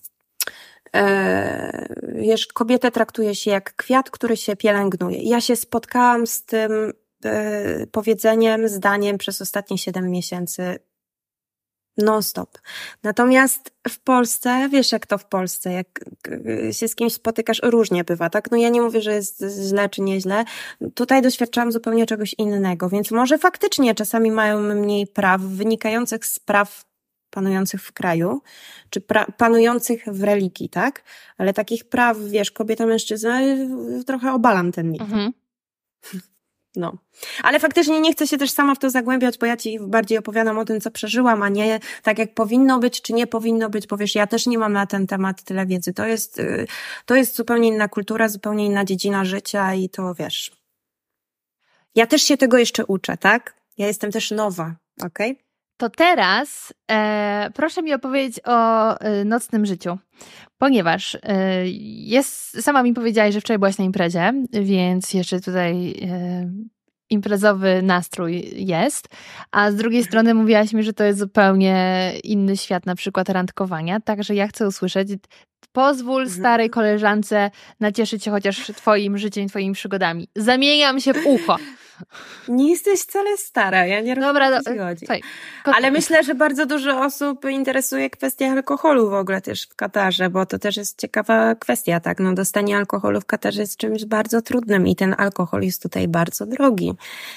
e, wiesz, kobietę traktuje się jak kwiat, który się pielęgnuje. Ja się spotkałam z tym e, powiedzeniem, zdaniem przez ostatnie siedem miesięcy non-stop. Natomiast w Polsce, wiesz jak to w Polsce, jak się z kimś spotykasz, różnie bywa, tak? No ja nie mówię, że jest źle czy nieźle. Tutaj doświadczałam zupełnie czegoś innego, więc może faktycznie czasami mają mniej praw wynikających z praw panujących w kraju, czy pra- panujących w religii, tak? Ale takich praw, wiesz, kobieta, mężczyzna, trochę obalam ten mit. Mhm. No. Ale faktycznie nie chcę się też sama w to zagłębiać, bo ja ci bardziej opowiadam o tym, co przeżyłam, a nie tak jak powinno być, czy nie powinno być, bo wiesz, ja też nie mam na ten temat tyle wiedzy. To jest, to jest zupełnie inna kultura, zupełnie inna dziedzina życia i to wiesz. Ja też się tego jeszcze uczę, tak? Ja jestem też nowa, okej? Okay? To teraz e, proszę mi opowiedzieć o e, nocnym życiu, ponieważ e, jest, sama mi powiedziałaś, że wczoraj byłaś na imprezie, więc jeszcze tutaj e, imprezowy nastrój jest, a z drugiej strony mówiłaś mi, że to jest zupełnie inny świat, na przykład randkowania, także ja chcę usłyszeć, pozwól starej koleżance nacieszyć się chociaż twoim życiem, twoimi przygodami. Zamieniam się w ucho. Nie jesteś wcale stara, ja nie rozumiem, Dobra, o co chodzi. Słuchaj, ale myślę, że bardzo dużo osób interesuje kwestia alkoholu w ogóle też w Katarze, bo to też jest ciekawa kwestia, tak? No dostanie alkoholu w Katarze jest czymś bardzo trudnym i ten alkohol jest tutaj bardzo drogi.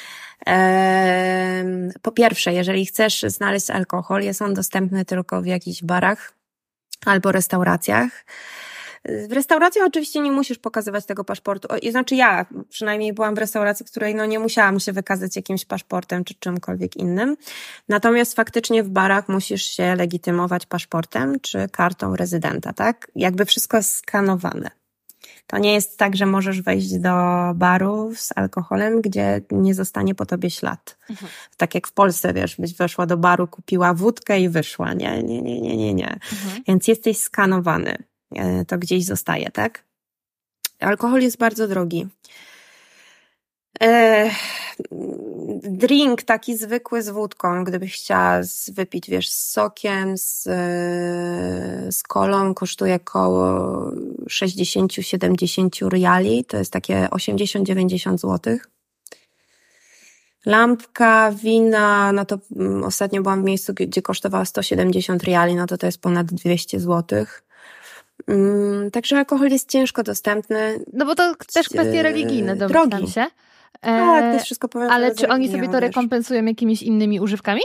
Eee, po pierwsze, jeżeli chcesz znaleźć alkohol, jest on dostępny tylko w jakichś barach albo restauracjach. W restauracji oczywiście nie musisz pokazywać tego paszportu. O, znaczy ja przynajmniej byłam w restauracji, w której no nie musiałam się wykazać jakimś paszportem czy czymkolwiek innym. Natomiast faktycznie w barach musisz się legitymować paszportem czy kartą rezydenta, tak? Jakby wszystko jest skanowane. To nie jest tak, że możesz wejść do baru z alkoholem, gdzie nie zostanie po tobie ślad. Mhm. Tak jak w Polsce, wiesz, byś weszła do baru, kupiła wódkę i wyszła. Nie, nie, nie, nie, nie, nie. Mhm. Więc jesteś skanowany. To gdzieś zostaje, tak? Alkohol jest bardzo drogi. E, drink taki zwykły z wódką, gdybyś chciała wypić, wiesz, z sokiem, z, z kolą, kosztuje około sześćdziesiąt do siedemdziesięciu riali, to jest takie osiemdziesiąt do dziewięćdziesięciu złotych. Lampka wina, no to ostatnio byłam w miejscu, gdzie kosztowała sto siedemdziesiąt riali, no to to jest ponad dwieście złotych. Mm, także alkohol jest ciężko dostępny. No bo to też kwestie religijne, domyślam się. E, tak, to jest wszystko powiązane. Ale czy oni sobie to rekompensują jakimiś innymi używkami?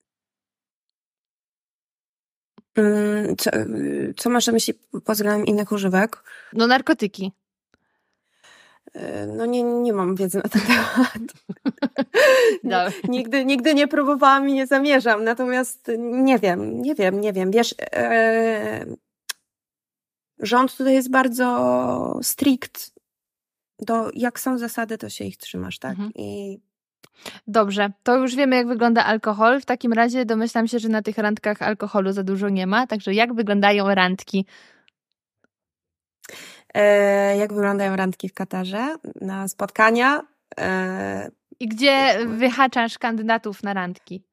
Mm, co, co masz na myśli pod względem innych używek? No narkotyki. No nie, nie mam wiedzy na ten temat. No. nigdy, nigdy nie próbowałam i nie zamierzam, natomiast nie wiem, nie wiem, nie wiem. Wiesz, e, rząd tutaj jest bardzo strict. Do, jak są zasady, to się ich trzymasz, tak? Mhm. I... Dobrze, to już wiemy, jak wygląda alkohol. W takim razie domyślam się, że na tych randkach alkoholu za dużo nie ma. Także jak wyglądają randki? E, jak wyglądają randki w Katarze? Na spotkania? E... I gdzie wyhaczasz kandydatów na randki?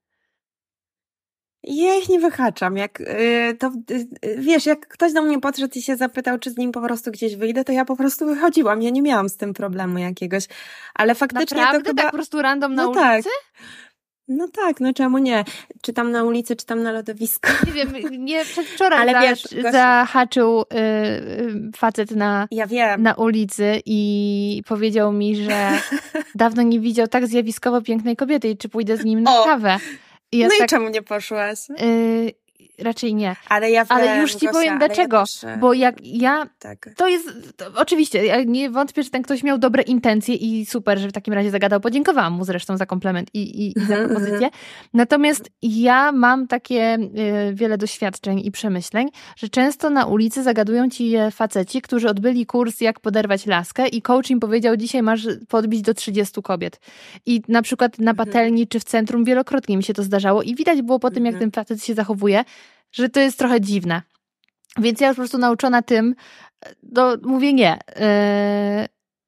Ja ich nie wyhaczam. Jak, yy, to, yy, wiesz, jak ktoś do mnie podszedł i się zapytał, czy z nim po prostu gdzieś wyjdę, to ja po prostu wychodziłam. Ja nie miałam z tym problemu jakiegoś. Ale faktycznie Naprawdę? to chyba... Tak po prostu random na no ulicy? Tak. No tak, no czemu nie? Czy tam na ulicy, czy tam na lodowisku. Nie wiem, nie przedwczoraj Ale za, wiesz, gość... zahaczył yy, facet na, ja wiem. na ulicy i powiedział mi, że dawno nie widział tak zjawiskowo pięknej kobiety i czy pójdę z nim na o. kawę. I ja no tak, i czemu nie poszłaś? Yy, raczej nie. Ale ja wiem, Ale już ci Gosia, powiem dlaczego. Ja też... Bo jak ja... Tak. To jest... To, oczywiście, ja nie wątpię, że ten ktoś miał dobre intencje i super, że w takim razie zagadał. Podziękowałam mu zresztą za komplement i, i, i za propozycję. Natomiast ja mam takie y, wiele doświadczeń i przemyśleń, że często na ulicy zagadują ci faceci, którzy odbyli kurs jak poderwać laskę i coach im powiedział, dzisiaj masz podbić do trzydziestu kobiet. I na przykład na patelni czy w centrum wielokrotnie mi się to zdarzało i widać było po tym, jak ten facet się zachowuje, że to jest trochę dziwne. Więc ja już po prostu nauczona tym, no mówię nie. Yy,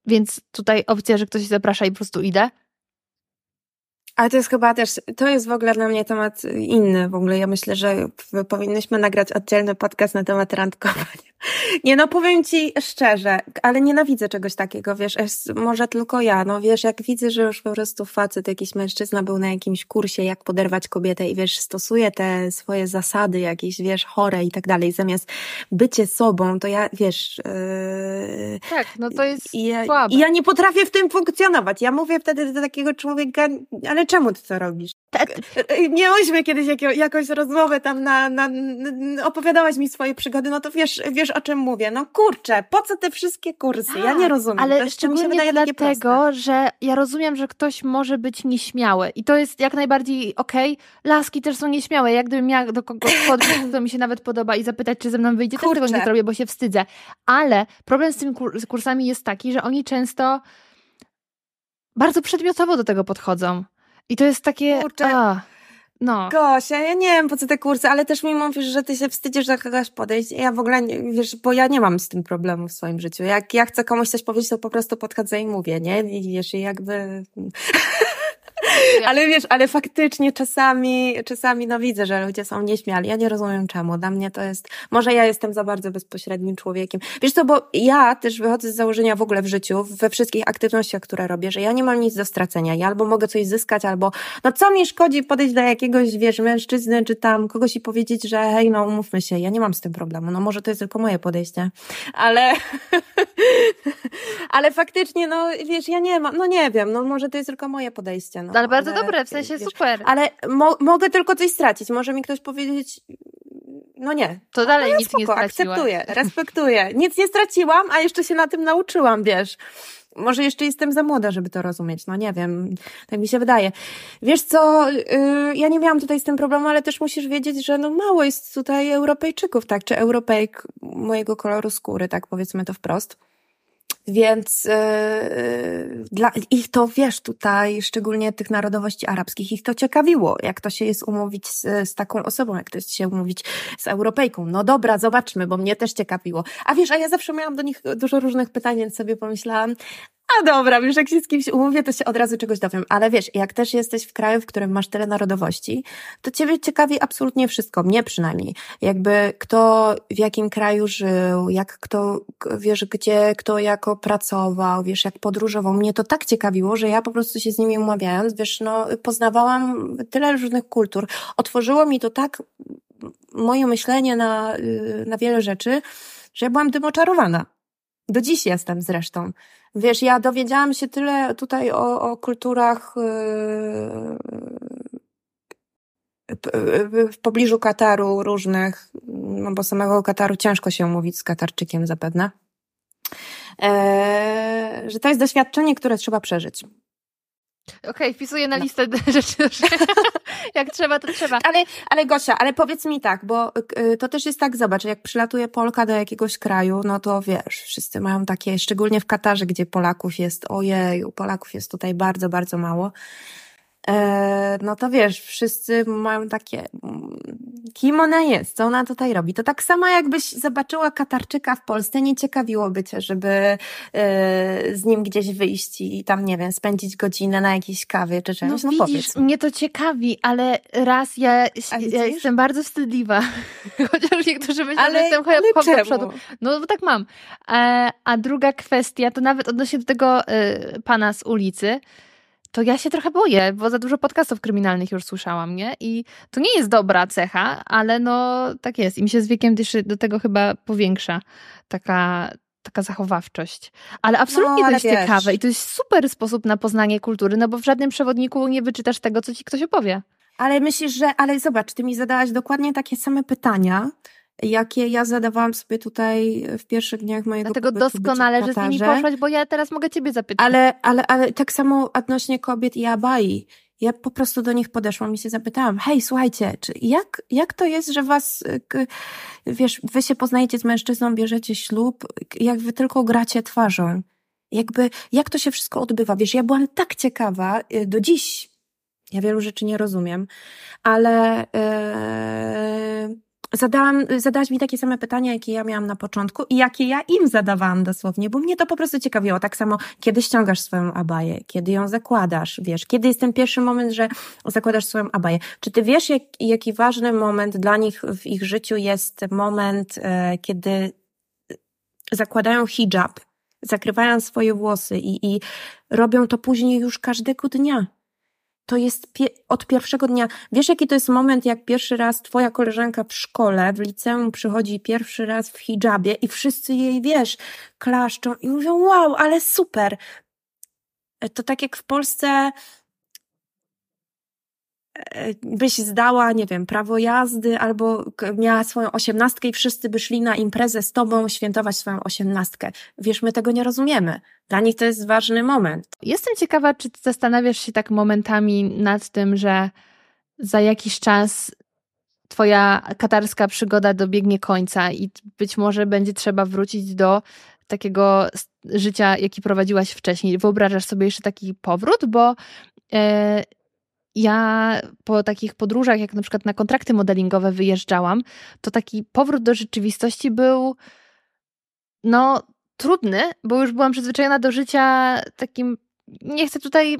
Więc tutaj opcja, że ktoś się zaprasza i po prostu idę. Ale to jest chyba też, to jest w ogóle dla mnie temat inny w ogóle. Ja myślę, że powinnyśmy nagrać oddzielny podcast na temat randkowania. Nie no, powiem ci szczerze, ale nienawidzę czegoś takiego, wiesz, może tylko ja, no wiesz, jak widzę, że już po prostu facet, jakiś mężczyzna był na jakimś kursie, jak poderwać kobietę i wiesz, stosuje te swoje zasady jakieś, wiesz, chore i tak dalej, zamiast bycie sobą, to ja, wiesz... Yy, tak, no to jest i ja, słabe. I ja nie potrafię w tym funkcjonować. Ja mówię wtedy do takiego człowieka, ale czemu ty to robisz? Miałyśmy kiedyś jako, jakąś rozmowę tam na, na, na, opowiadałaś mi swoje przygody, no to wiesz, wiesz o czym mówię. No kurczę, po co te wszystkie kursy? Ja nie rozumiem. Ale to szczególnie mi się wydaje dlatego, że ja rozumiem, że ktoś może być nieśmiały i to jest jak najbardziej okej. Okay. Laski też są nieśmiałe. Jak gdybym miała do kogoś podbić, kto mi się nawet podoba i zapytać, czy ze mną wyjdzie, to tego nie zrobię, bo się wstydzę. Ale problem z tymi kursami jest taki, że oni często bardzo przedmiotowo do tego podchodzą. I to jest takie... A, no. Gosia, ja nie wiem po co te kursy, ale też mi mówisz, że ty się wstydzisz do kogoś podejść. Ja w ogóle, nie, wiesz, bo ja nie mam z tym problemu w swoim życiu. Jak ja chcę komuś coś powiedzieć, to po prostu podchodzę i mówię, nie? I wiesz, i jakby... Ale wiesz, ale faktycznie czasami, czasami no widzę, że ludzie są nieśmiali. Ja nie rozumiem czemu. Dla mnie to jest, może ja jestem za bardzo bezpośrednim człowiekiem. Wiesz co, bo ja też wychodzę z założenia w ogóle w życiu, we wszystkich aktywnościach, które robię, że ja nie mam nic do stracenia. Ja albo mogę coś zyskać, albo no co mi szkodzi podejść do jakiegoś, wiesz, mężczyzny, czy tam kogoś i powiedzieć, że hej, no umówmy się. Ja nie mam z tym problemu. No może to jest tylko moje podejście. Ale, ale faktycznie, no wiesz, ja nie mam, no nie wiem, no może to jest tylko moje podejście. No, ale bardzo ale, dobre, w sensie wiesz, super. Ale mo- mogę tylko coś stracić. Może mi ktoś powiedzieć, no nie. To dalej no, nic spoko, nie straciłaś. Akceptuję, respektuję. Nic nie straciłam, a jeszcze się na tym nauczyłam, wiesz. Może jeszcze jestem za młoda, żeby to rozumieć. No nie wiem, tak mi się wydaje. Wiesz co, yy, ja nie miałam tutaj z tym problemu, ale też musisz wiedzieć, że no mało jest tutaj Europejczyków, tak? Czy Europejk mojego koloru skóry, tak powiedzmy to wprost. Więc yy, dla ich to, wiesz, tutaj, szczególnie tych narodowości arabskich, ich to ciekawiło, jak to się jest umówić z, z taką osobą, jak to jest się umówić z Europejką. No dobra, zobaczmy, bo mnie też ciekawiło. A wiesz, a ja zawsze miałam do nich dużo różnych pytań, więc sobie pomyślałam, a dobra, wiesz, jak się z kimś umówię, to się od razu czegoś dowiem. Ale wiesz, jak też jesteś w kraju, w którym masz tyle narodowości, to ciebie ciekawi absolutnie wszystko, mnie przynajmniej. Jakby kto w jakim kraju żył, jak kto, wiesz, gdzie kto jako pracował, wiesz, jak podróżował. Mnie to tak ciekawiło, że ja po prostu się z nimi umawiając, wiesz, no, poznawałam tyle różnych kultur. Otworzyło mi to tak moje myślenie na, na wiele rzeczy, że ja byłam tym oczarowana. Do dziś jestem zresztą. Wiesz, ja dowiedziałam się tyle tutaj o, o kulturach yy, w pobliżu Kataru różnych, no bo samego Kataru ciężko się umówić z Katarczykiem zapewne, yy, że to jest doświadczenie, które trzeba przeżyć. Okej, okay, wpisuję na listę no. rzeczy, że jak trzeba, to trzeba. Ale, ale Gosia, ale powiedz mi tak, bo y, to też jest tak, zobacz, jak przylatuje Polka do jakiegoś kraju, no to wiesz, wszyscy mają takie, szczególnie w Katarze, gdzie Polaków jest, ojej, Polaków jest tutaj bardzo, bardzo mało. E, no to wiesz, wszyscy mają takie, kim ona jest, co ona tutaj robi. To tak samo jakbyś zobaczyła Katarczyka w Polsce, nie ciekawiłoby cię, żeby e, z nim gdzieś wyjść i tam, nie wiem, spędzić godzinę na jakiejś kawie czy czymś. No, no widzisz, mnie to ciekawi, ale raz ja, ja jestem bardzo wstydliwa. Chociaż niektórzy myślą, że jestem hop do przodu. No bo tak mam. A, a druga kwestia, to nawet odnośnie do tego y, pana z ulicy, to ja się trochę boję, bo za dużo podcastów kryminalnych już słyszałam, nie? I to nie jest dobra cecha, ale no tak jest. I mi się z wiekiem też do tego chyba powiększa taka, taka zachowawczość. Ale absolutnie no, ale to jest wiesz. ciekawe i to jest super sposób na poznanie kultury, no bo w żadnym przewodniku nie wyczytasz tego, co ci ktoś opowie. Ale myślisz, że... Ale zobacz, ty mi zadałaś dokładnie takie same pytania, jakie ja zadawałam sobie tutaj w pierwszych dniach mojego Dlatego doskonale, że z nimi poszłaś, bo ja teraz mogę ciebie zapytać. Ale, ale, ale tak samo odnośnie kobiet i abai. Ja po prostu do nich podeszłam i się zapytałam, hej, słuchajcie, czy jak, jak to jest, że was, wiesz, wy się poznajecie z mężczyzną, bierzecie ślub, jak wy tylko gracie twarzą? Jakby, jak to się wszystko odbywa? Wiesz, ja byłam tak ciekawa, do dziś ja wielu rzeczy nie rozumiem, ale... Yy... zadałam, zadałaś mi takie same pytania, jakie ja miałam na początku i jakie ja im zadawałam dosłownie, bo mnie to po prostu ciekawiło. Tak samo, kiedy ściągasz swoją abaję, kiedy ją zakładasz, wiesz, kiedy jest ten pierwszy moment, że zakładasz swoją abaję. Czy ty wiesz, jak, jaki ważny moment dla nich w ich życiu jest moment, e, kiedy zakładają hijab, zakrywają swoje włosy i, i robią to później już każdego dnia. To jest pie- od pierwszego dnia. Wiesz, jaki to jest moment, jak pierwszy raz twoja koleżanka w szkole, w liceum przychodzi pierwszy raz w hijabie i wszyscy jej, wiesz, klaszczą i mówią, wow, ale super. To tak jak w Polsce byś zdała, nie wiem, prawo jazdy albo miała swoją osiemnastkę i wszyscy by szli na imprezę z tobą świętować swoją osiemnastkę. Wiesz, my tego nie rozumiemy. Dla nich to jest ważny moment. Jestem ciekawa, czy zastanawiasz się tak momentami nad tym, że za jakiś czas twoja katarska przygoda dobiegnie końca i być może będzie trzeba wrócić do takiego życia, jaki prowadziłaś wcześniej. Wyobrażasz sobie jeszcze taki powrót? Bo e, ja po takich podróżach, jak na przykład na kontrakty modelingowe wyjeżdżałam, to taki powrót do rzeczywistości był no trudny, bo już byłam przyzwyczajona do życia takim, nie chcę tutaj,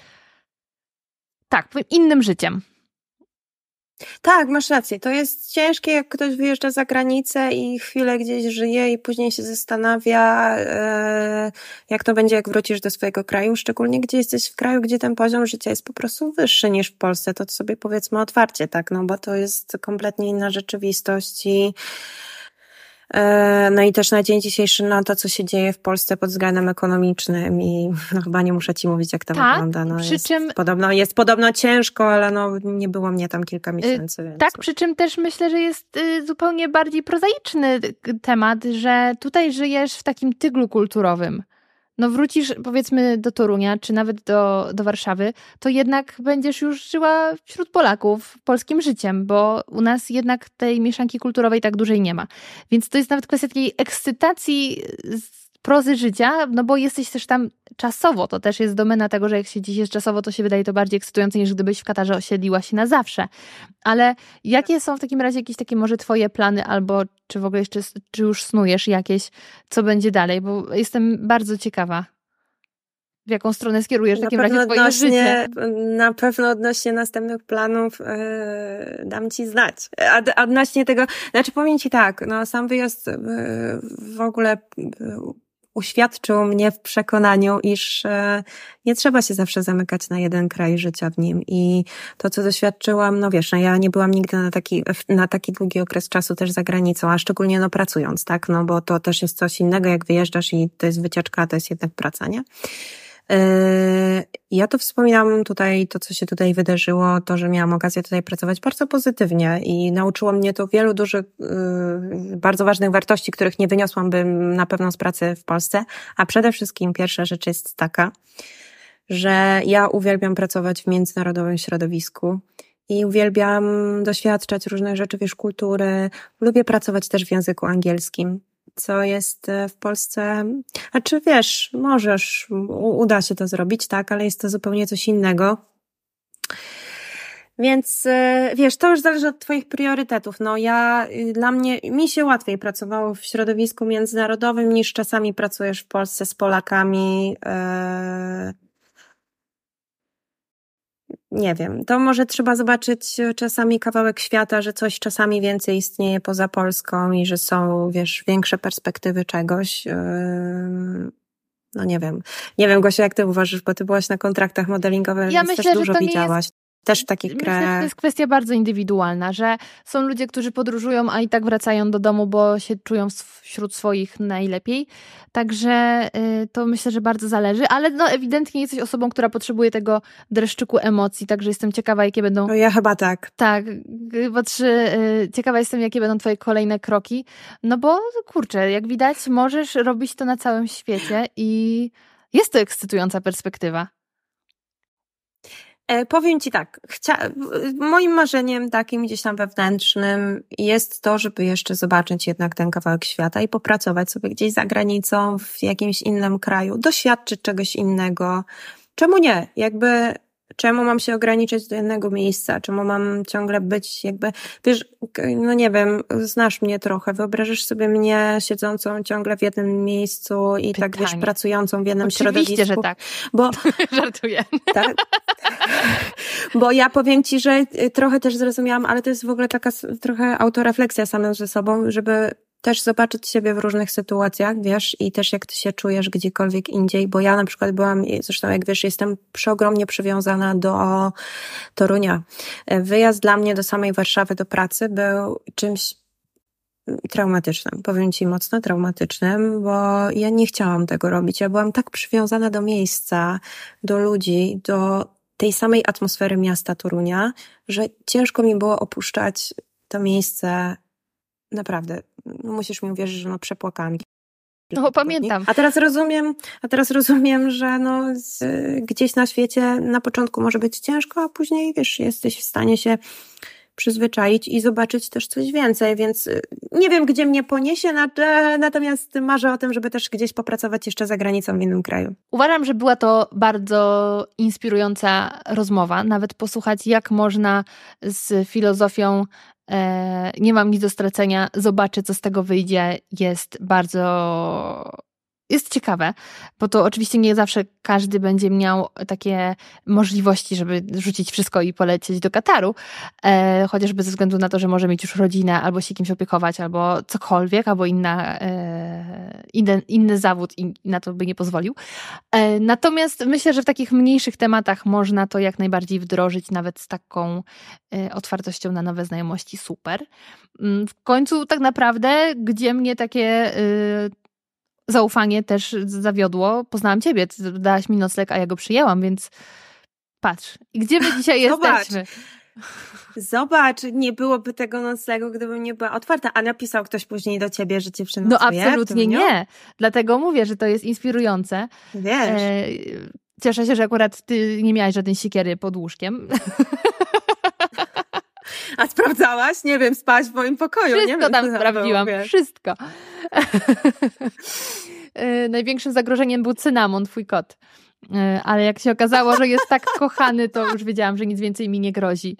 tak, powiem, innym życiem. Tak, masz rację. To jest ciężkie, jak ktoś wyjeżdża za granicę i chwilę gdzieś żyje i później się zastanawia, e, jak to będzie, jak wrócisz do swojego kraju, szczególnie gdzie jesteś w kraju, gdzie ten poziom życia jest po prostu wyższy niż w Polsce. To sobie powiedzmy otwarcie, tak, no bo to jest kompletnie inna rzeczywistość i no i też na dzień dzisiejszy na to, co się dzieje w Polsce pod względem ekonomicznym i no chyba nie muszę ci mówić, jak to tak, wygląda. No przy jest, czym... podobno, jest podobno ciężko, ale no nie było mnie tam kilka miesięcy. Więc... Tak, przy czym też myślę, że jest zupełnie bardziej prozaiczny temat, że tutaj żyjesz w takim tyglu kulturowym. No wrócisz powiedzmy do Torunia, czy nawet do, do Warszawy, to jednak będziesz już żyła wśród Polaków polskim życiem, bo u nas jednak tej mieszanki kulturowej tak dużej nie ma. Więc to jest nawet kwestia takiej ekscytacji z prozy życia, no bo jesteś też tam czasowo. To też jest domena tego, że jak się dziś jest czasowo, to się wydaje to bardziej ekscytujące, niż gdybyś w Katarze osiedliła się na zawsze. Ale jakie są w takim razie jakieś takie może twoje plany, albo czy w ogóle jeszcze, czy już snujesz jakieś, co będzie dalej? Bo jestem bardzo ciekawa, w jaką stronę skierujesz w takim razie twoje odnośnie, życie. Na pewno odnośnie następnych planów yy, dam ci znać. A odnośnie tego, znaczy powiem ci tak, no sam wyjazd yy, w ogóle yy, uświadczył mnie w przekonaniu, iż e, nie trzeba się zawsze zamykać na jeden kraj życia w nim. I to, co doświadczyłam, no wiesz, no ja nie byłam nigdy na taki, na taki długi okres czasu też za granicą, a szczególnie no pracując, tak? No bo to też jest coś innego, jak wyjeżdżasz i to jest wycieczka, a to jest jednak praca, nie? Ja to wspominam tutaj, to co się tutaj wydarzyło, to, że miałam okazję tutaj pracować bardzo pozytywnie i nauczyło mnie to wielu dużych, bardzo ważnych wartości, których nie wyniosłam na pewno z pracy w Polsce, a przede wszystkim pierwsza rzecz jest taka, że ja uwielbiam pracować w międzynarodowym środowisku i uwielbiam doświadczać różnych rzeczy, wiesz, kultury, lubię pracować też w języku angielskim, co jest w Polsce, a czy wiesz, możesz, uda się to zrobić, tak, ale jest to zupełnie coś innego. Więc wiesz, to już zależy od twoich priorytetów. No ja, dla mnie, mi się łatwiej pracowało w środowisku międzynarodowym niż czasami pracujesz w Polsce z Polakami. Nie wiem, to może trzeba zobaczyć czasami kawałek świata, że coś czasami więcej istnieje poza Polską i że są, wiesz, większe perspektywy czegoś. No nie wiem. Nie wiem, Gosia, jak ty uważasz, bo ty byłaś na kontraktach modelingowych, ja więc myślę, też dużo że to widziałaś. Nie jest... Też w takich Myślę, krajach. że to jest kwestia bardzo indywidualna, że są ludzie, którzy podróżują, a i tak wracają do domu, bo się czują wśród swoich najlepiej. Także y, to myślę, że bardzo zależy, ale no ewidentnie jesteś osobą, która potrzebuje tego dreszczyku emocji, także jestem ciekawa, jakie będą... No ja chyba tak. Tak, bo trzy, y, ciekawa jestem, jakie będą twoje kolejne kroki, no bo kurczę, jak widać, możesz robić to na całym świecie i jest to ekscytująca perspektywa. E, powiem ci tak, chcia- moim marzeniem takim gdzieś tam wewnętrznym jest to, żeby jeszcze zobaczyć jednak ten kawałek świata i popracować sobie gdzieś za granicą, w jakimś innym kraju, doświadczyć czegoś innego. Czemu nie? Jakby Czemu mam się ograniczyć do jednego miejsca? Czemu mam ciągle być jakby, wiesz, no nie wiem, znasz mnie trochę, wyobrażasz sobie mnie siedzącą ciągle w jednym miejscu i Pytanie. tak, wiesz, pracującą w jednym Oczywiście, środowisku? Oczywiście, że tak. Bo, Żartuję. tak, bo ja powiem ci, że trochę też zrozumiałam, ale to jest w ogóle taka trochę autorefleksja samym ze sobą, żeby też zobaczyć siebie w różnych sytuacjach, wiesz, i też jak ty się czujesz gdziekolwiek indziej, bo ja na przykład byłam, zresztą jak wiesz, jestem przeogromnie przywiązana do Torunia. Wyjazd dla mnie do samej Warszawy do pracy był czymś traumatycznym, powiem ci mocno traumatycznym, bo ja nie chciałam tego robić. Ja byłam tak przywiązana do miejsca, do ludzi, do tej samej atmosfery miasta Torunia, że ciężko mi było opuszczać to miejsce. Naprawdę, musisz mi uwierzyć, że no przepłakałam. No pamiętam. A teraz rozumiem, a teraz rozumiem, że no z, gdzieś na świecie na początku może być ciężko, a później wiesz, jesteś w stanie się przyzwyczaić i zobaczyć też coś więcej, więc nie wiem, gdzie mnie poniesie, natomiast marzę o tym, żeby też gdzieś popracować jeszcze za granicą w innym kraju. Uważam, że była to bardzo inspirująca rozmowa, nawet posłuchać, jak można z filozofią e, nie mam nic do stracenia, zobaczę, co z tego wyjdzie, jest bardzo... Jest ciekawe, bo to oczywiście nie zawsze każdy będzie miał takie możliwości, żeby rzucić wszystko i polecieć do Kataru, e, chociażby ze względu na to, że może mieć już rodzinę, albo się kimś opiekować, albo cokolwiek, albo inna, e, inny, inny zawód i na to by nie pozwolił. E, natomiast myślę, że w takich mniejszych tematach można to jak najbardziej wdrożyć, nawet z taką e, otwartością na nowe znajomości. Super. W końcu tak naprawdę, gdzie mnie takie... E, zaufanie też zawiodło. Poznałam ciebie, ty dałaś mi nocleg, a ja go przyjęłam, więc patrz. I gdzie my dzisiaj Zobacz. jesteśmy? Zobacz, nie byłoby tego noclegu, gdybym nie była otwarta. A napisał ktoś później do ciebie, że cię przynocuje? No absolutnie nie. Dlatego mówię, że to jest inspirujące. Wiesz. E, cieszę się, że akurat ty nie miałaś żadnej siekiery pod łóżkiem. A sprawdzałaś? Nie wiem, spałaś w moim pokoju. Wszystko nie wiem, tam sprawdziłam, było, wszystko. Największym zagrożeniem był cynamon, twój kot. Ale jak się okazało, że jest tak kochany, to już wiedziałam, że nic więcej mi nie grozi.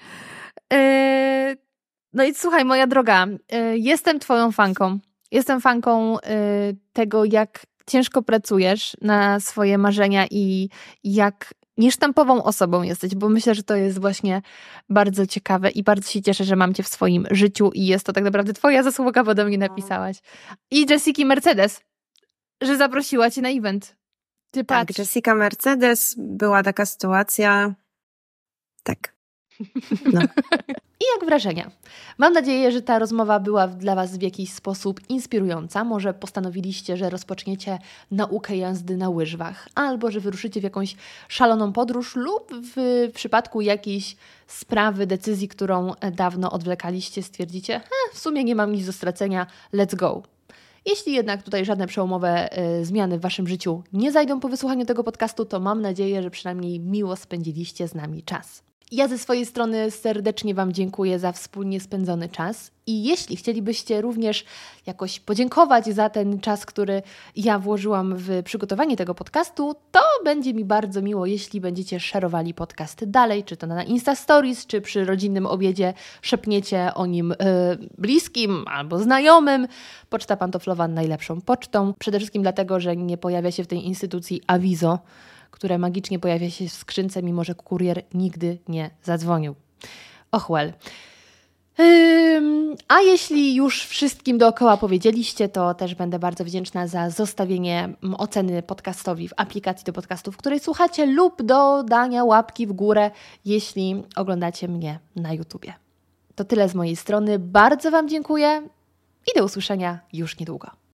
No i słuchaj, moja droga, jestem twoją fanką. Jestem fanką tego, jak ciężko pracujesz na swoje marzenia i jak niesztampową osobą jesteś, bo myślę, że to jest właśnie bardzo ciekawe i bardzo się cieszę, że mam cię w swoim życiu i jest to tak naprawdę twoja zasługa, bo do mnie napisałaś. I Jessiki Mercedes, że zaprosiła cię na event. Ty patrz. Tak, Jessica Mercedes, była taka sytuacja. Tak. No. I jak wrażenia? Mam nadzieję, że ta rozmowa była dla was w jakiś sposób inspirująca. Może postanowiliście, że rozpoczniecie naukę jazdy na łyżwach, albo że wyruszycie w jakąś szaloną podróż lub w przypadku jakiejś sprawy, decyzji, którą dawno odwlekaliście, stwierdzicie, w sumie nie mam nic do stracenia, let's go. Jeśli jednak tutaj żadne przełomowe y, zmiany w waszym życiu nie zajdą po wysłuchaniu tego podcastu, to mam nadzieję, że przynajmniej miło spędziliście z nami czas. Ja ze swojej strony serdecznie wam dziękuję za wspólnie spędzony czas i jeśli chcielibyście również jakoś podziękować za ten czas, który ja włożyłam w przygotowanie tego podcastu, to będzie mi bardzo miło, jeśli będziecie szerowali podcast dalej, czy to na Insta Stories, czy przy rodzinnym obiedzie szepniecie o nim yy, bliskim albo znajomym. Poczta pantoflowa najlepszą pocztą, przede wszystkim dlatego, że nie pojawia się w tej instytucji awizo, które magicznie pojawia się w skrzynce, mimo że kurier nigdy nie zadzwonił. Och well. Ym, a jeśli już wszystkim dookoła powiedzieliście, to też będę bardzo wdzięczna za zostawienie oceny podcastowi w aplikacji do podcastów, w której słuchacie, lub dodania łapki w górę, jeśli oglądacie mnie na YouTubie. To tyle z mojej strony. Bardzo wam dziękuję i do usłyszenia już niedługo.